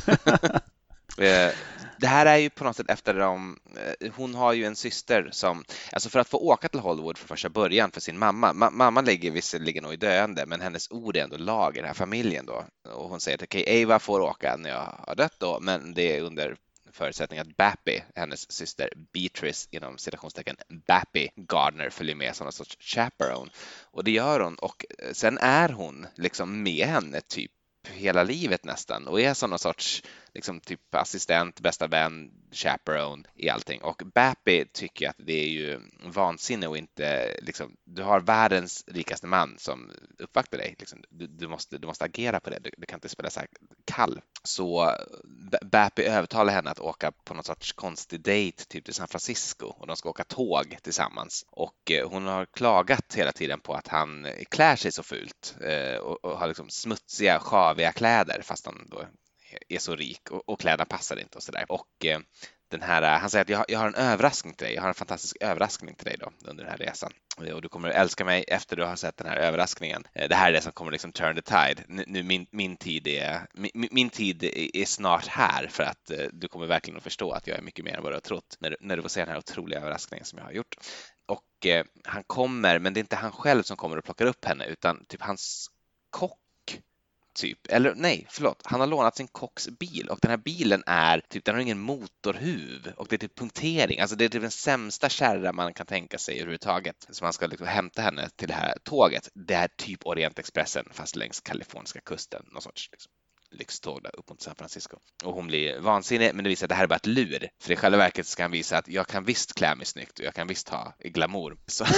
Det här är ju på något sätt efter hon har ju en syster som, alltså för att få åka till Hollywood för första början för sin mamma. Mamman ligger visserligen nog i döende, men hennes ord är ändå lag i den här familjen då. Och hon säger att okej, Ava får åka när jag har dött då, men det är under förutsättning att Bappy, hennes syster Beatrice inom citationstecken Bappy Gardner, följer med som en sorts chaperone. Och det gör hon, och sen är hon liksom med henne typ hela livet nästan, och är som någon sorts liksom typ assistent, bästa vän, chaperone i allting. Och Bappy tycker att det är ju vansinne och inte liksom, du har världens rikaste man som uppvaktar dig liksom, du måste agera på det, du kan inte spela så här kall. Så Bappy övertalar henne att åka på någon sorts konstig date typ till San Francisco, och de ska åka tåg tillsammans, och hon har klagat hela tiden på att han klär sig så fult och har liksom smutsiga, sjaviga kläder fast han då är så rik, och kläderna passar inte och sådär. Och han säger att jag har en överraskning till dig. Jag har en fantastisk överraskning till dig då under den här resan. Och du kommer att älska mig efter du har sett den här överraskningen. Det här är det som kommer liksom turn the tide. Nu min tid är snart här, för att du kommer verkligen att förstå att jag är mycket mer än vad du har trott när du får se den här otroliga överraskningen som jag har gjort. Och han kommer, men det är inte han själv som kommer och plockar upp henne, utan typ hans kock. Typ. Eller nej, förlåt. Han har lånat sin kocks bil, och den här bilen den har ingen motorhuv, och det är typ punktering. Alltså det är typ den sämsta kärra man kan tänka sig överhuvudtaget. Så man ska liksom hämta henne till det här tåget. Det är typ Orientexpressen fast längs kaliforniska kusten. Någon sorts liksom lyxtåg där upp mot San Francisco. Och hon blir vansinnig, men det visar att det här är bara ett lur. För i själva verket ska han visa att jag kan visst klä mig snyggt och jag kan visst ha glamour.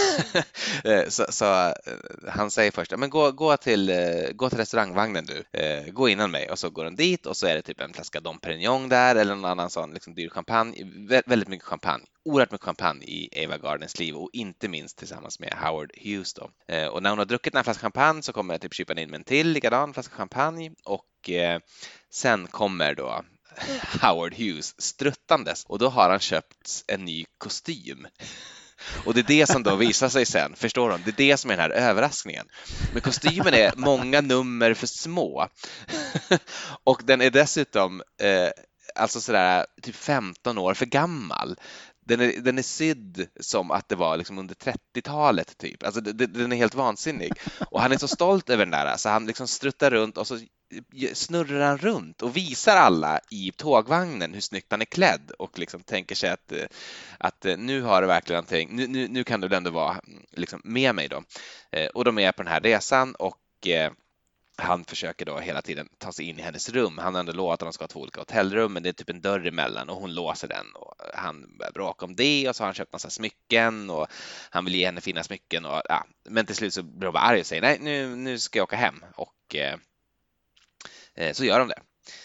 Så han säger först, men gå till restaurangvagnen du. Gå innan mig. Och så går hon dit, och så är det typ en flaska Dom Perignon där, eller någon annan sån liksom dyr champagne. Väldigt mycket champagne. Oerhört mycket champagne i Ava Gardners liv, och inte minst tillsammans med Howard Hughes då. Och när hon har druckit den här flaskan champagne så kommer jag typ kypa in med en till likadan flaska champagne, och sen kommer då Howard Hughes struttandes, och då har han köpt en ny kostym. Och det är det som då visar sig sen, förstår de? Det är det som är den här överraskningen. Men kostymen är många nummer för små. Och den är dessutom alltså sådär typ 15 år för gammal. Den är sydd som att det var liksom under 30-talet typ. Alltså den är helt vansinnig. Och han är så stolt över den där, så han liksom struttar runt och så snurrar han runt och visar alla i tågvagnen hur snyggt han är klädd och liksom tänker sig att nu har det verkligen någonting, nu kan du väl ändå vara liksom med mig då. Och de är på den här resan och han försöker då hela tiden ta sig in i hennes rum. Han har ändå lovat att de ska ha 2 olika hotellrum, men det är typ en dörr emellan och hon låser den och han börjar bråka om det och så har han köpt massa smycken och han vill ge henne fina smycken och ja, men till slut så blir hon bara arg och säger nej, nu ska jag åka hem och så gör de det.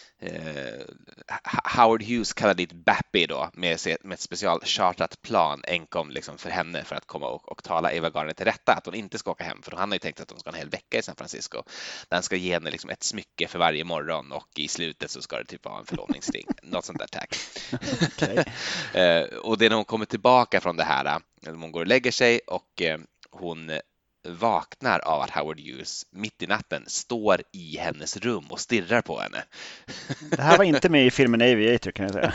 Howard Hughes kallade dit Bappy då med ett specialchartrat plan enkom liksom för henne för att komma och tala Ava Gardner till rätta att hon inte ska åka hem, för han har ju tänkt att de ska en hel vecka i San Francisco där han ska ge henne liksom ett smycke för varje morgon och i slutet så ska det typ vara en förlovningsring, något sånt där tack. Okay. Och det är när hon kommer tillbaka från det här, hon går och lägger sig och hon vaknar av att Howard Hughes mitt i natten står i hennes rum och stirrar på henne. Det här var inte med i filmen Aviator kan jag säga.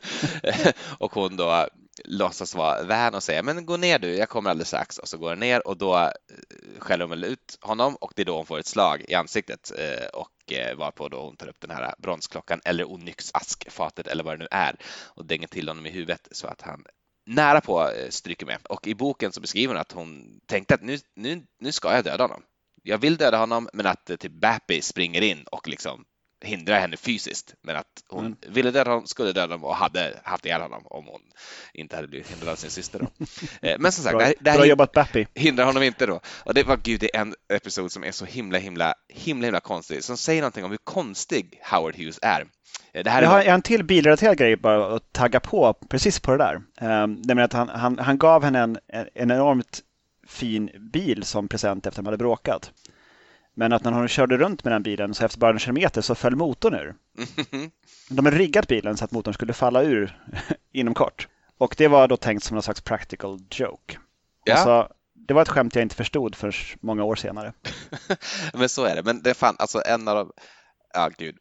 Och hon då låtsas vara vän och säger men gå ner du, jag kommer alldeles strax. Och så går hon ner och då skäller hon ut honom och det är då hon får ett slag i ansiktet och varpå då hon tar upp den här bronsklockan eller onyxaskfatet eller vad det nu är och dänger till honom i huvudet så att han nära på stryker med. Och i boken så beskriver hon att hon tänkte att nu ska jag döda honom. Jag vill döda honom, men att typ Bappy springer in och liksom hindrar henne fysiskt. Men att hon ville döda honom, skulle döda honom och hade haft ihjäl honom om hon inte hade blivit hindrad av sin syster då. Men som sagt, det här jobbat Bappy. Hindrar honom inte då. Och det var det är en episod som är så himla konstig. Som säger någonting om hur konstig Howard Hughes är. Jag har en till bilrelaterad grej bara att tagga på precis på det där. Det menar att han gav henne en enormt fin bil som present efter att de hade bråkat. Men att när hon körde runt med den bilen så efter bara en kilometer så föll motorn ur. De har riggat bilen så att motorn skulle falla ur inom kort. Och det var då tänkt som någon slags practical joke. Ja. Alltså, det var ett skämt jag inte förstod för många år senare. Men så är det. Men det fann alltså en av de... Ja, gud.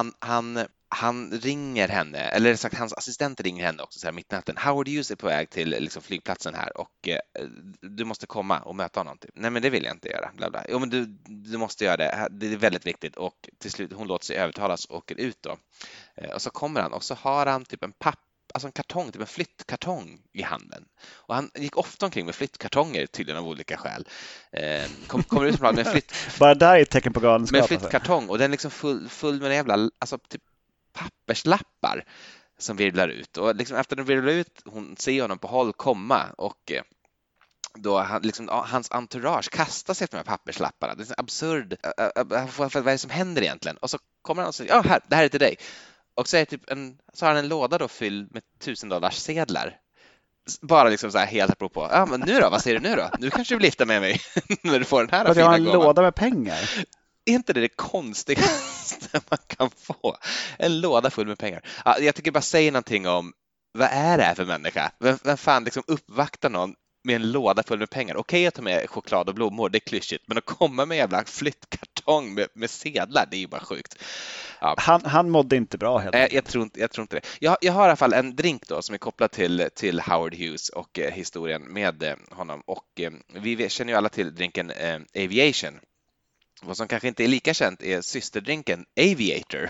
Han ringer henne, eller sagt hans assistent ringer henne också så här mitt i natten. Howard Hughes är på väg till liksom flygplatsen här och du måste komma och möta honom. Typ. Nej, men det vill jag inte göra. Bla bla. Jo, men du måste göra det. Det är väldigt viktigt. Och till slut hon låter sig övertalas och åker ut då. Och så kommer han och så har han typ en kartong, typ en flyttkartong i handen. Och han gick ofta omkring med flyttkartonger tydligen av olika skäl. Kommer ut med en bara där är ett tecken på galenskap. Med en flyttkartong och den liksom full med jävla alltså typ papperslappar som virvlar ut och liksom efter den virvlar ut hon ser honom på håll komma och då hans entourage kastar sig efter de här papperslapparna. Det är så absurd. Vad är det som händer egentligen? Och så kommer han och säger här, det här är till dig. Och så är typ så har han en låda då fylld med $1000-sedlar. Bara liksom så här helt apropå. Ja, men nu då? Vad säger du nu då? Nu kanske du vill gifta med mig när du får den här fina gåvan. Jag har en låda med pengar. Är inte det konstigaste man kan få? En låda full med pengar. Ja, jag tycker bara säga någonting om vad är det här för människa? Vem fan liksom uppvaktar någon med en låda full med pengar? Okej att ta med choklad och blommor, det är klyschigt. Men att komma med en jävla flyttkartong med sedlar, det är ju bara sjukt. Ja. Han mådde inte bra helt enkelt. Jag tror inte det. Jag har i alla fall en drink då som är kopplad till Howard Hughes och historien med honom. Och vi känner ju alla till drinken Aviation. Vad som kanske inte är lika känt är systerdrinken Aviator.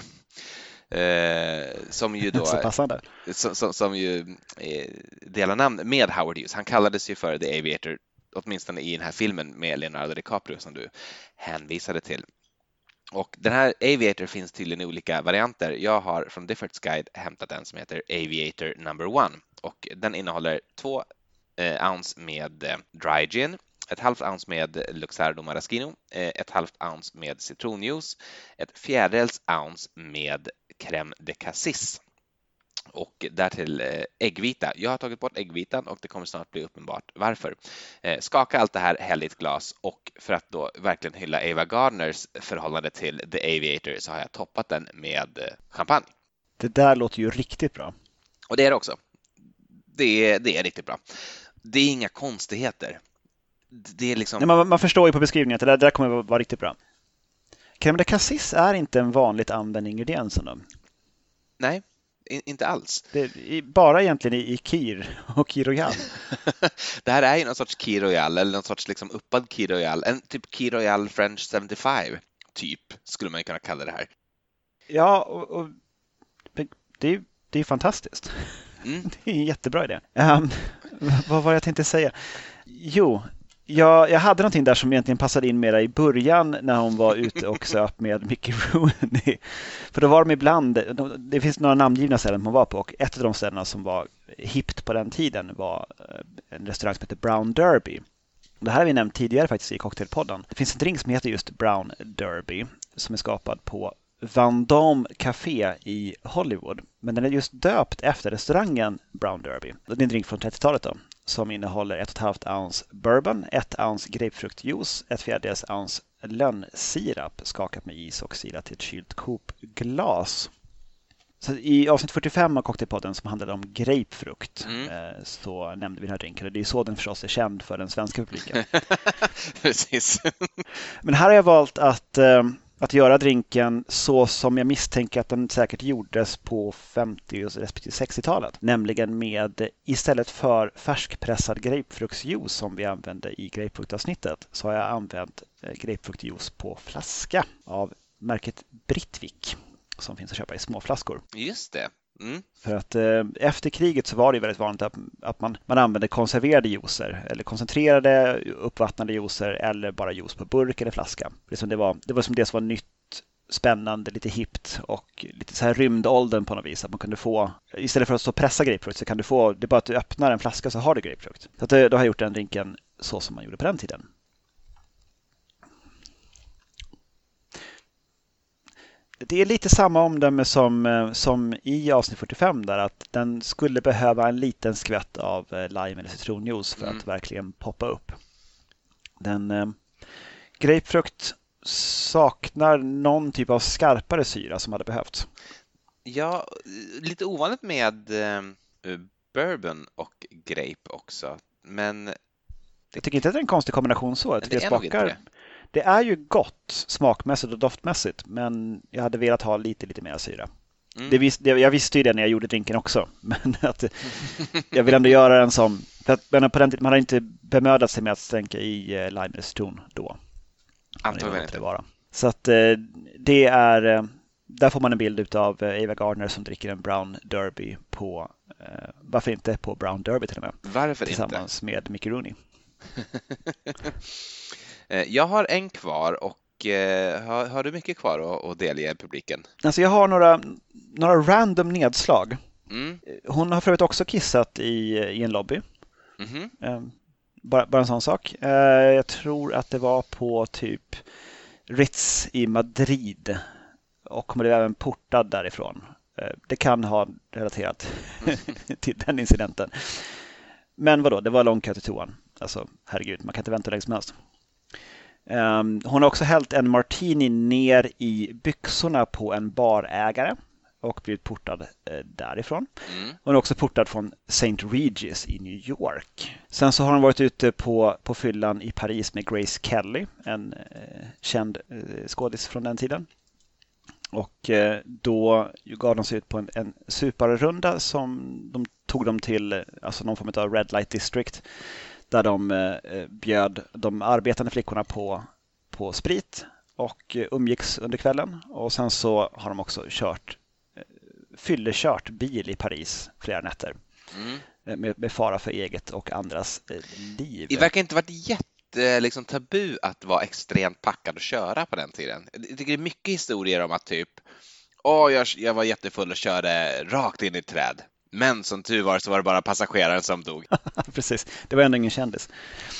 Som ju då som ju delar namn med Howard Hughes. Han kallades ju för The Aviator åtminstone i den här filmen med Leonardo DiCaprio som du hänvisade till. Och den här Aviator finns tydligen i olika varianter. Jag har från Difford's Guide hämtat en som heter Aviator No. 1 och den innehåller 2 ounce med dry gin, ett halvt ounce med Luxardo Maraschino, ett halvt ounce med citronjuice, ett fjärdedels ounce med crème de cassis och därtill äggvita. Jag har tagit bort äggvitan och det kommer snart bli uppenbart varför. Skaka allt det här, häll i ett glas och för att då verkligen hylla Ava Gardners förhållande till The Aviator så har jag toppat den med champagne. Det där låter ju riktigt bra. Och det är det också. Det är riktigt bra. Det är inga konstigheter. Det är liksom... Nej, man förstår ju på beskrivningen att det där kommer vara riktigt bra. Crème de cassis är inte en vanligt använd ingrediens ändå. Nej, inte alls. Det är bara egentligen i Kir och Kir Royal. Det här är ju någon sorts Kir Royal eller någon sorts liksom uppad Kir Royal. En typ Kir Royal French 75 typ skulle man kunna kalla det här. Ja, och det är fantastiskt. Det är en jättebra idé. Vad var det jag tänkte säga? Jo, jag hade någonting där som egentligen passade in mera i början när hon var ute och söp med Mickey Rooney. För då var de ibland, det finns några namngivna ställen hon var på och ett av de ställena som var hippt på den tiden var en restaurang som heter Brown Derby. Det här har vi nämnt tidigare faktiskt i Cocktailpodden. Det finns en drink som heter just Brown Derby som är skapad på Vendôme Café i Hollywood. Men den är just döpt efter restaurangen Brown Derby. Det är en drink från 30-talet då, som innehåller 1,5 ounce bourbon, 1 ounce grapefruktjuice, 1/4 ounce lönnsirap skakat med is och silat till ett kylt Coop-glas. Så i avsnitt 45 av Cocktailpodden som handlade om grapefrukt så nämnde vi den här drinken och det är så den förstås är känd för den svenska publiken. Precis. Men här har jag valt att göra drinken så som jag misstänker att den säkert gjordes på 50- respektive 60-talet. Nämligen med, istället för färskpressad grapefruktjuice som vi använde i grapefruktavsnittet, så har jag använt grapefruktjuice på flaska av märket Britvic som finns att köpa i små flaskor. Just det. För att efter kriget så var det väldigt vanligt att man använde konserverade juicer eller koncentrerade uppvattnade juicer eller bara juice på burk eller flaska. Det var som det som var nytt, spännande, lite hippt och lite så här rymdåldern på något vis. Att man kunde få, istället för att så pressa grapefrukt så kan du få, det är bara att du öppnar en flaska så har du grapefrukt. Så att, då har jag gjort den drinken så som man gjorde på den tiden. Det är lite samma omdöme som i avsnitt 45 där att den skulle behöva en liten skvätt av lime eller citronjuice för att verkligen poppa upp. Grapefrukt saknar någon typ av skarpare syra som hade behövts. Ja, lite ovanligt med bourbon och grape också. Men jag tycker inte att det är en konstig kombination så. Jag tycker det är nog inte det. Det är ju gott smakmässigt och doftmässigt, men jag hade velat ha lite mer syra. Jag visste ju det när jag gjorde drinken också, men att jag vill ändå göra den som... För att på den tiden, man har inte bemödat sig med att stänka i lime eller citron då. Antagligen inte. Så att det är... Där får man en bild av Ava Gardner som dricker en Brown Derby på... varför inte på Brown Derby till och med? Varför tillsammans med Mickey Rooney. Jag har en kvar och har du mycket kvar att delge publiken? Alltså jag har några random nedslag. Hon har förut också kissat i en lobby. Bara en sån sak. Jag tror att det var på typ Ritz i Madrid och hon blev även portad därifrån. Det kan ha relaterat till den incidenten. Men vadå, det var lång kö till toan. Alltså herregud, man kan inte vänta länge som helst. Hon har också hällt en martini ner i byxorna på en barägare och blivit portad därifrån. Hon är också portad från St. Regis i New York. Sen så har hon varit ute på fyllan i Paris med Grace Kelly, en känd skådis från den tiden. Och då gav de sig ut på en superrunda som de tog dem till, alltså någon form av Red Light District, där de bjöd de arbetande flickorna på sprit och umgicks under kvällen. Och sen så har de också fyllekört bil i Paris flera nätter med fara för eget och andras liv. Det verkar inte varit liksom tabu att vara extremt packad och köra på den tiden. Jag tycker det är mycket historier om att typ jag var jättefull och körde rakt in i ett träd. Men som tur var så var det bara passageraren som dog. Precis, det var ändå ingen kändis.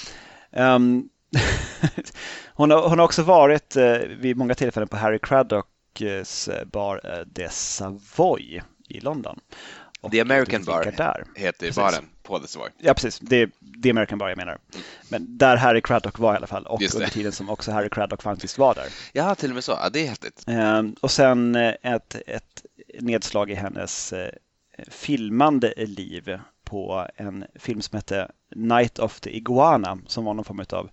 Hon har också varit vid många tillfällen på Harry Craddocks bar The Savoy i London. The American Bar där. Heter ju baren på The Savoy. Ja, precis. Det är The American Bar jag menar. Men där Harry Craddock var i alla fall. Och under tiden som också Harry Craddock faktiskt var där. Ja, till och med så. Ja, det är häftigt. Och sen ett nedslag i hennes filmande liv på en film som hette Night of the Iguana, som var någon form av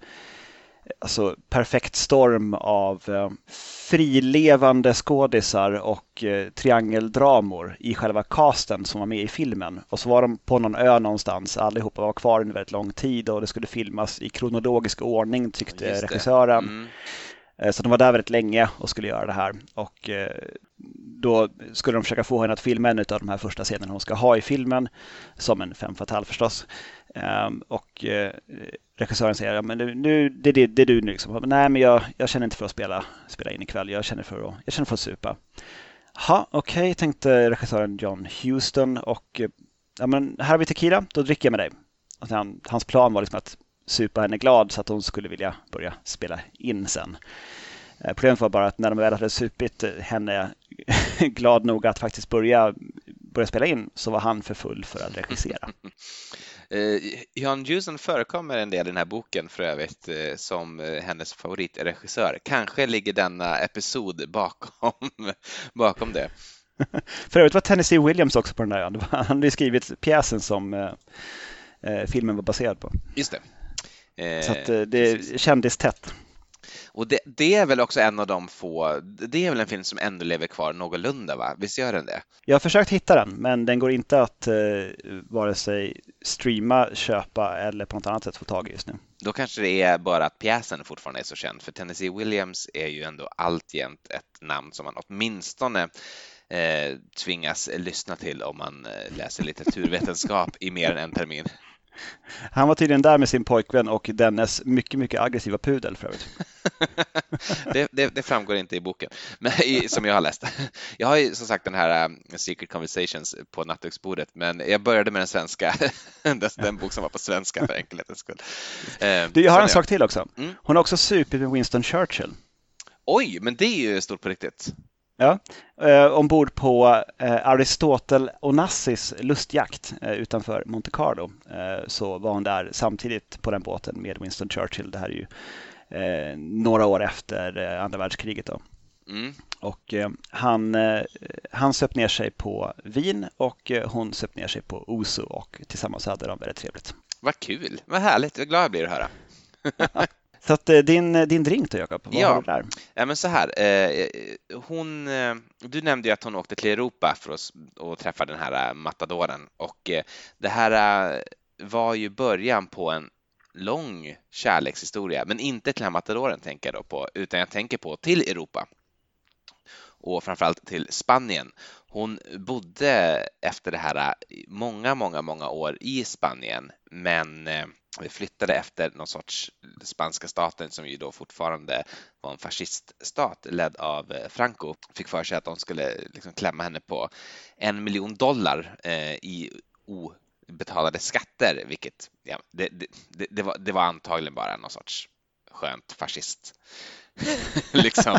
perfekt storm av frilevande skådisar och triangeldramor i själva casten som var med i filmen. Och så var de på någon ö någonstans, allihopa var kvar under väldigt lång tid och det skulle filmas i kronologisk ordning, tyckte regissören. Så de var där väldigt länge och skulle göra det här. Och då skulle de försöka få henne att filma en av de här första scenerna hon ska ha i filmen, som en femme fatale förstås. Och regissören säger, ja, men nu, det är du nu liksom. Nej, men jag känner inte för att spela in ikväll. Jag känner för att supa. Okej, tänkte regissören John Huston. Och ja, men här har vi tequila, då dricker jag med dig. Och hans plan var liksom att supa henne glad så att hon skulle vilja börja spela in sen. Problemet var bara att när de väl hade supit henne glad nog att faktiskt börja spela in, så var han för full för att regissera. John Huston förekommer en del i den här boken för övrigt som hennes favoritregissör. Kanske ligger denna episod bakom det. För övrigt var Tennessee Williams också på den där ön. Han hade skrivit pjäsen som filmen var baserad på. Just det. Så att det kändes tätt. Och det är väl också en av de få, det är väl en film som ändå lever kvar någorlunda, va? Visst gör den det? Jag har försökt hitta den, men den går inte att vare sig streama, köpa eller på något annat sätt få tag i just nu. Då kanske det är bara att pjäsen fortfarande är så känd, för Tennessee Williams är ju ändå alltjämt ett namn som man åtminstone tvingas lyssna till om man läser litteraturvetenskap i mer än en termin. Han var tydligen där med sin pojkvän och dennes mycket, mycket aggressiva pudel för övrigt. Det framgår inte i boken, men som jag har läst. Jag har ju som sagt den här Secret Conversations på nattduksbordet, men jag började med den svenska, den bok som var på svenska för enkelhetens skull. Jag har en sak till också. Hon har också supit med Winston Churchill. Oj, men det är ju stort på riktigt. Ja, ombord på Aristotle Onassis lustjakt utanför Monte Carlo, så var hon där samtidigt på den båten med Winston Churchill. Det här är ju några år efter andra världskriget då. Och han söp ner sig på vin och hon söp ner sig på ouzo, och tillsammans hade de väldigt trevligt. Vad kul, vad härligt, vad glad jag blir att höra. Så att din drink då, Jakob, vad har du där? Ja, men så här, du nämnde ju att hon åkte till Europa för att träffa den här matadoren, och det här var ju början på en lång kärlekshistoria, men inte till den här matadoren tänker jag då på, utan jag tänker på till Europa och framförallt till Spanien. Hon bodde efter det här många år i Spanien, men vi flyttade efter någon sorts spanska staten som ju då fortfarande var en fasciststat ledd av Franco. Fick för sig att de skulle liksom klämma henne på $1 million i obetalade skatter, vilket ja, det var antagligen bara någon sorts skönt fascist liksom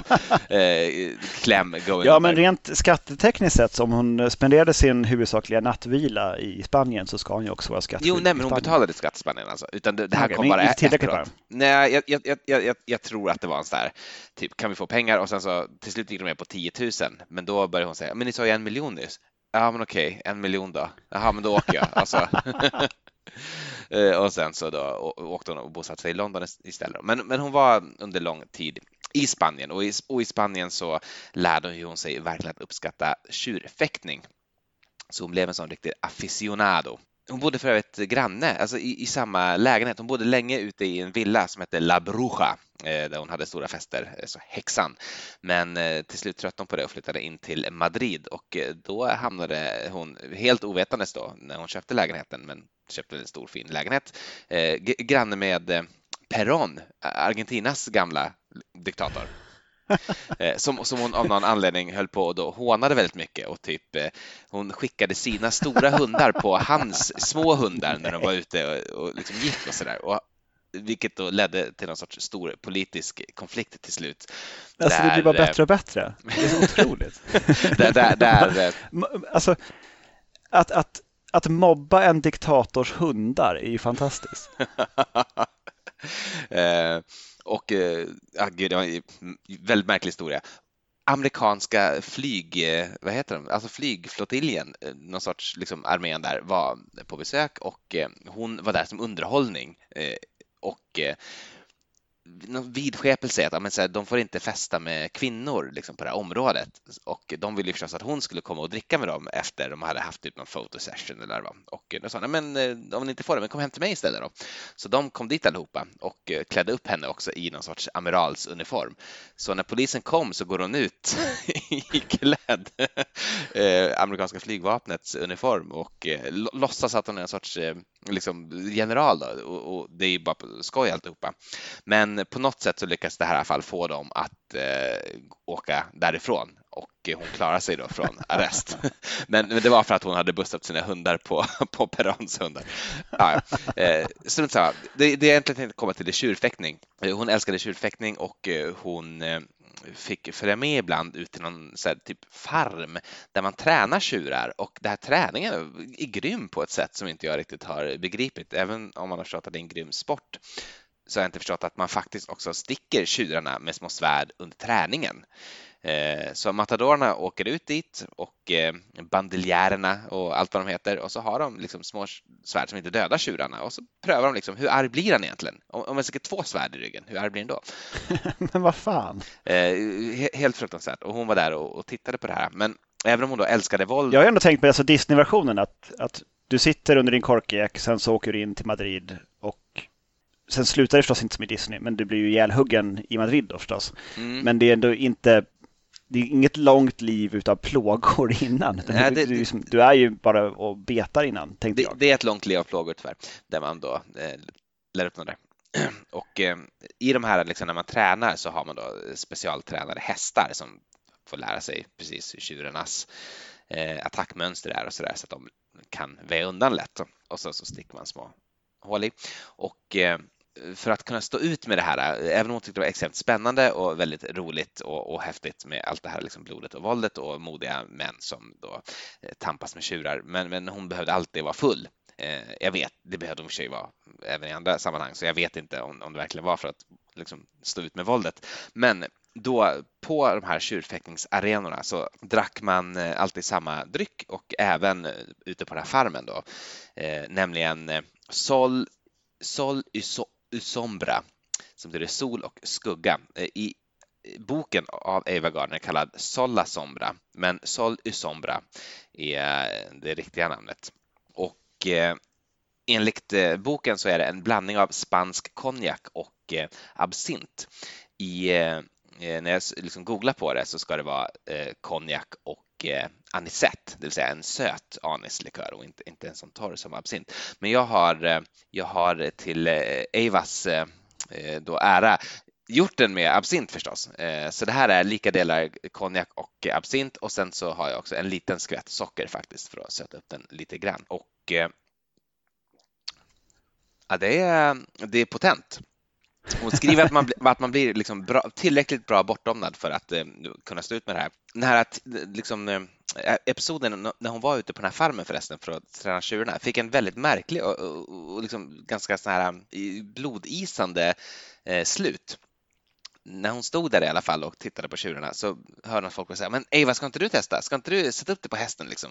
kläm going. Ja, men rent skattetekniskt sett, om hon spenderade sin huvudsakliga nattvila i Spanien, så ska hon ju också vara skattskyldig. Jo, nej, men hon betalade skatt i Spanien alltså, utan det här kom bara efteråt. Nej, jag tror att det var en sån här typ, kan vi få pengar? Och sen så till slut gick de med på 10 000, men då började hon säga, men ni sa ju 1 miljon nyss. Ja, men okej, 1 miljon då. Jaha, men då åker jag alltså. Och sen så då åkte hon och bosatte sig i London istället. Men hon var under lång tid i Spanien, och i Spanien så lärde hon sig verkligen att uppskatta tjurfäktning. Så hon blev en sån riktig aficionado. Hon bodde för övrigt granne, alltså i samma lägenhet. Hon bodde länge ute i en villa som hette La Bruja, där hon hade stora fester, så häxan. Men till slut tröttnade hon på det och flyttade in till Madrid, och då hamnade hon helt ovetandes då när hon köpte lägenheten, men köpte en stor fin lägenhet, granne med Perón, Argentinas gamla diktator. Som hon av någon anledning höll på och då hånade väldigt mycket, och typ hon skickade sina stora hundar på hans små hundar när de var ute och liksom gick och sådär, och vilket då ledde till någon sorts stor politisk konflikt till slut. Alltså det blir bara bättre och bättre. Det är så otroligt. Alltså att mobba en diktators hundar är ju fantastiskt. Och gud, det var en väldigt märklig historia. amerikanska vad heter de? Alltså flygflottiljen, någon sorts liksom armén där var på besök och hon var där som underhållning och någon vidskepelse att men, så här, de får inte festa med kvinnor liksom, på det här området och de ville ju förstås att hon skulle komma och dricka med dem efter de hade haft typ någon fotosession eller vad. Och då sa de, men om ni inte får det, men kom hem till mig istället då. Så de kom dit allihopa och klädde upp henne också i någon sorts amiralsuniform. Så när polisen kom så går hon ut i klädd amerikanska flygvapnets uniform och låtsas att hon är en sorts liksom general då, och det är ju bara skoj alltihopa. Men på något sätt så lyckas det här i alla fall få dem att åka därifrån och hon klarar sig då från arrest. Men det var för att hon hade bussat sina hundar på Perrons hundar. Ja, strunt samma. Det är egentligen inte komma till det tjurfäktning. Hon älskade tjurfäktning och hon fick följa med ibland ut till någon så här, typ farm där man tränar tjurar och den här träningen är grym på ett sätt som inte jag riktigt har begripit. Även om man har förstått att det är en grym sport så har jag inte förstått att man faktiskt också sticker tjurarna med små svärd under träningen. Så matadorerna åker ut dit och bandiljärerna och allt vad de heter och så har de liksom små svärd som inte dödar tjurarna och så prövar de liksom hur arg blir han egentligen? Om man sticker 2 svärd i ryggen, hur arg blir han då? Men vad fan? Helt fruktansvärt och hon var där och tittade på det här men även om hon då älskade våld. Jag har ändå tänkt på alltså Disney-versionen att du sitter under din korkek, sen så åker du in till Madrid och sen slutar det förstås inte som i Disney, men du blir ju ihjälhuggen i Madrid då förstås. Men det är ändå inte, det är inget långt liv utav plågor innan. Nej, du är ju bara och betar innan, tänkte jag. Det är ett långt liv av plågor tyvärr, där man då lär upp något där. Och i de här, liksom, när man tränar så har man då specialtränade hästar som får lära sig precis hur tjurarnas attackmönster är och sådär så att de kan väja undan lätt. Och så sticker man små hål i. Och för att kunna stå ut med det här, även om hon tyckte det var extremt spännande och väldigt roligt och häftigt med allt det här liksom blodet och våldet och modiga män som då tampas med tjurar. Men hon behövde alltid vara full. Jag vet, det behövde hon för sig vara även i andra sammanhang, så jag vet inte om det verkligen var för att liksom stå ut med våldet. Men då på de här tjurfäktningsarenorna så drack man alltid samma dryck och även ute på den här farmen då, nämligen Sol y Sombra, som betyder sol och skugga. I boken av Ava Gardner kallad Sola Sombra, men Sol y Sombra är det riktiga namnet. Och enligt boken så är det en blandning av spansk konjak och absint. När jag liksom googlar på det så ska det vara konjak och anisette, det vill säga en söt anislikör och inte en sån torr som absint. Men jag har till Avas då ära gjort den med absint förstås. Så det här är lika delar konjak och absint och sen så har jag också en liten skvätt socker faktiskt för att söta upp den lite grann. Och ja, det är potent. Hon skriver att man blir liksom tillräckligt bra bortdomnad för att kunna stå ut med det här. Den här liksom, episoden när hon var ute på den här farmen förresten för att träna tjurarna fick en väldigt märklig och liksom ganska så här blodisande slut. När hon stod där i alla fall och tittade på tjurarna så hörde folk säga: men Eva, ska inte du testa? Ska inte du sätta upp dig på hästen liksom?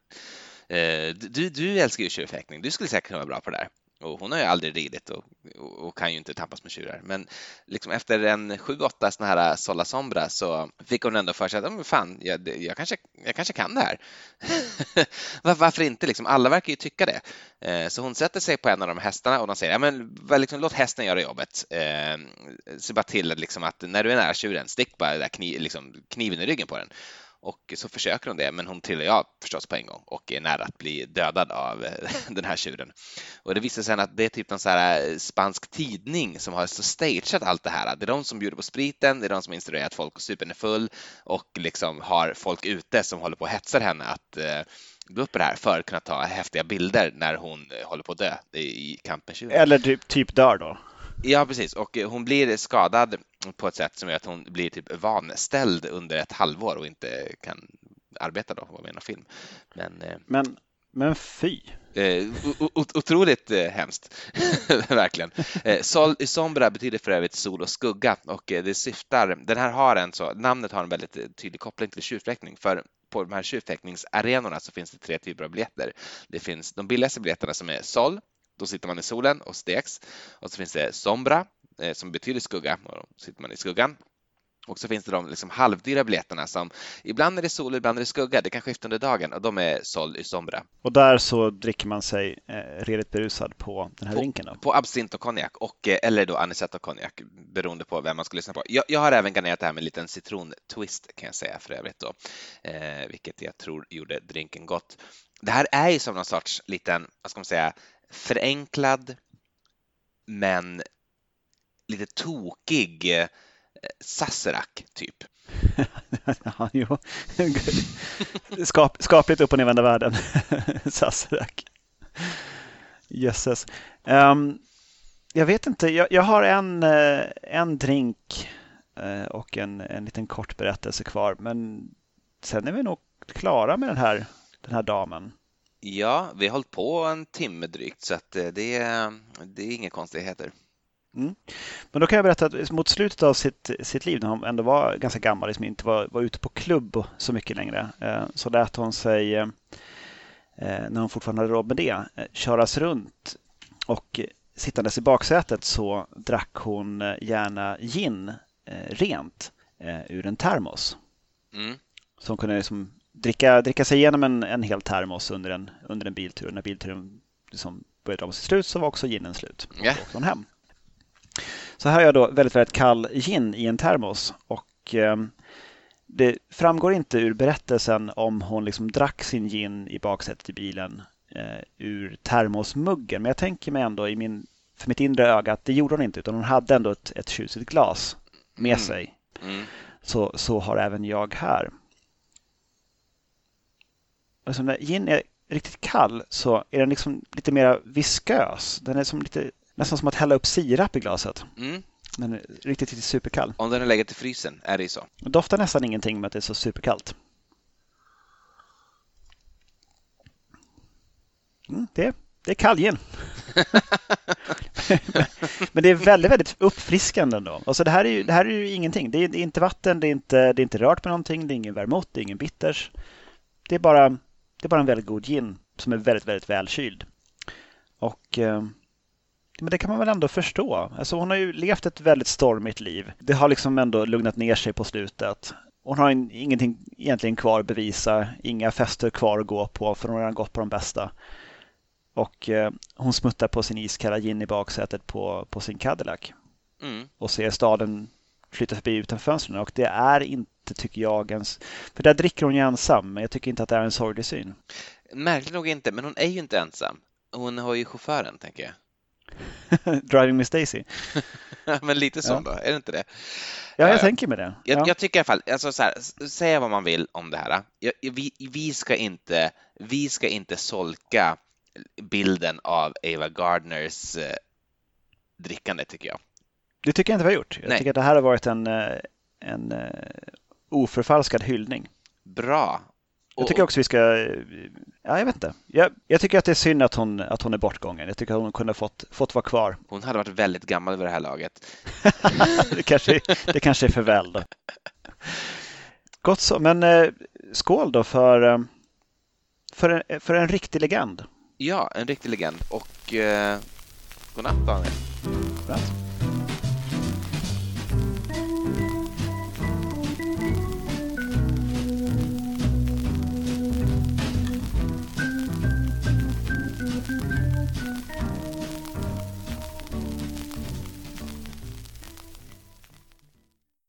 Du älskar ju tjurfäktning. Du skulle säkert kunna vara bra på det där. Och hon har ju aldrig ridit och kan ju inte tampas med tjurar. Men liksom efter en 7-8 såna här Sola Sombra så fick hon ändå för sig att fan, jag kanske kan det här. Varför inte? Liksom, alla verkar ju tycka det. Så hon sätter sig på en av de hästarna och de säger: ja, men liksom, låt hästen göra jobbet. Se bara till liksom, att när du är nära tjuren, stick bara där kniven i ryggen på den. Och så försöker hon det, men hon trillar jag förstås på en gång och är nära att bli dödad av den här tjuren. Och det visar sig att det är typ någon så här spansk tidning som har så stageat allt det här. Det är de som bjuder på spriten, det är de som instruerat folk och supen är full och liksom har folk ute som håller på att hetsa henne att gå upp det här för att kunna ta häftiga bilder när hon håller på att dö i kampen med tjuren. Eller typ dör då. Ja, precis. Och hon blir skadad på ett sätt som gör att hon blir typ vanställd under ett halvår och inte kan arbeta då och med en film. Men Men fy. Otroligt hemskt, verkligen. Sol y sombra betyder för övrigt sol och skugga, och det syftar, den här har namnet har en väldigt tydlig koppling till tjurfäktning, för på de här tjurfäktningsarenorna så finns det 3 typer av biljetter. Det finns de billigaste biljetterna som är sol, då sitter man i solen och steks, och så finns det sombra som betyder skugga, och då sitter man i skuggan. Och så finns det de liksom halvdyra biljetterna som ibland är det sol, ibland är det skugga. Det kan skifta under dagen, och de är sol y sombra. Och där så dricker man sig redigt berusad på den här drinken då? På absint och konjak, eller då anisette och konjak, beroende på vem man ska lyssna på. Jag har även garnerat det här med en liten citrontwist, kan jag säga för övrigt då. Vilket jag tror gjorde drinken gott. Det här är ju som någon sorts liten, vad ska man säga, förenklad men lite tokig Sazerac typ. Ja, jo. Skapligt upp och nervända världen. Sazerac. Jösses. Jag vet inte. Jag har en drink och en liten kort berättelse kvar. Men sen är vi nog klara med den här damen. Ja, vi har hållit på en timme drygt, så att det är inga konstigheter. Mm. Men då kan jag berätta att mot slutet av sitt liv, när hon ändå var ganska gammal, liksom inte var ute på klubb så mycket längre, så lät hon sig, när hon fortfarande hade råd med det, köras runt, och sittandes i baksätet så drack hon gärna gin rent ur en termos. Mm. Så hon kunde liksom dricka sig igenom en hel termos under en biltur. När bilturen liksom började dra mot sitt slut så var också ginen slut. Och så åkte hon hem. Så här har jag då väldigt, väldigt kall gin i en termos, och det framgår inte ur berättelsen om hon liksom drack sin gin i baksätet i bilen ur termosmuggen, men jag tänker mig ändå för mitt inre öga att det gjorde hon inte, utan hon hade ändå ett tjusigt glas med sig. Så har även jag här. Alltså när gin är riktigt kall så är den liksom lite mer viskös. Den är som nästan som att hälla upp sirap i glaset. Den är riktigt superkall. Om den är lägget i frysen är det ju så. Det doftar nästan ingenting med att det är så superkallt. Det är kallgin. Men det är väldigt, väldigt uppfriskande ändå. Alltså det här är ju ingenting. Det är inte vatten, det är inte rört med någonting, det är ingen vermouth, det är ingen bitters. Det är bara en väldigt god gin som är väldigt, väldigt välkyld. Och men det kan man väl ändå förstå. Alltså hon har ju levt ett väldigt stormigt liv. Det har liksom ändå lugnat ner sig på slutet. Hon har ingenting egentligen kvar att bevisa. Inga fester kvar att gå på, för hon har redan gått på de bästa. Och hon smuttar på sin iskalla gin i baksätet på sin Cadillac. Och ser staden flytta förbi utan fönstren. Och det är inte, tycker jag, ens... För där dricker hon ju ensam, men jag tycker inte att det är en sorglig syn. Märkligt nog inte, men hon är ju inte ensam. Hon har ju chauffören, tänker jag. Driving Miss Daisy. Men lite så då, är det inte det? Ja, jag tänker med det. Jag tycker i alla fall, alltså så här, säga vad man vill om det här. Vi ska inte solka bilden av Ava Gardners drickande, tycker jag. Det tycker jag inte vi har gjort. Jag tycker att det här har varit en oförfalskad hyllning. Bra. Jag tycker också vi ska... Ja, jag vet inte. Jag tycker att det är synd att hon är bortgången. Jag tycker att hon kunde fått vara kvar. Hon hade varit väldigt gammal vid det här laget. det kanske är för väl då. Gott så. Men skål då för en riktig legend. Ja, en riktig legend. Och godnatt, Daniel. Bra.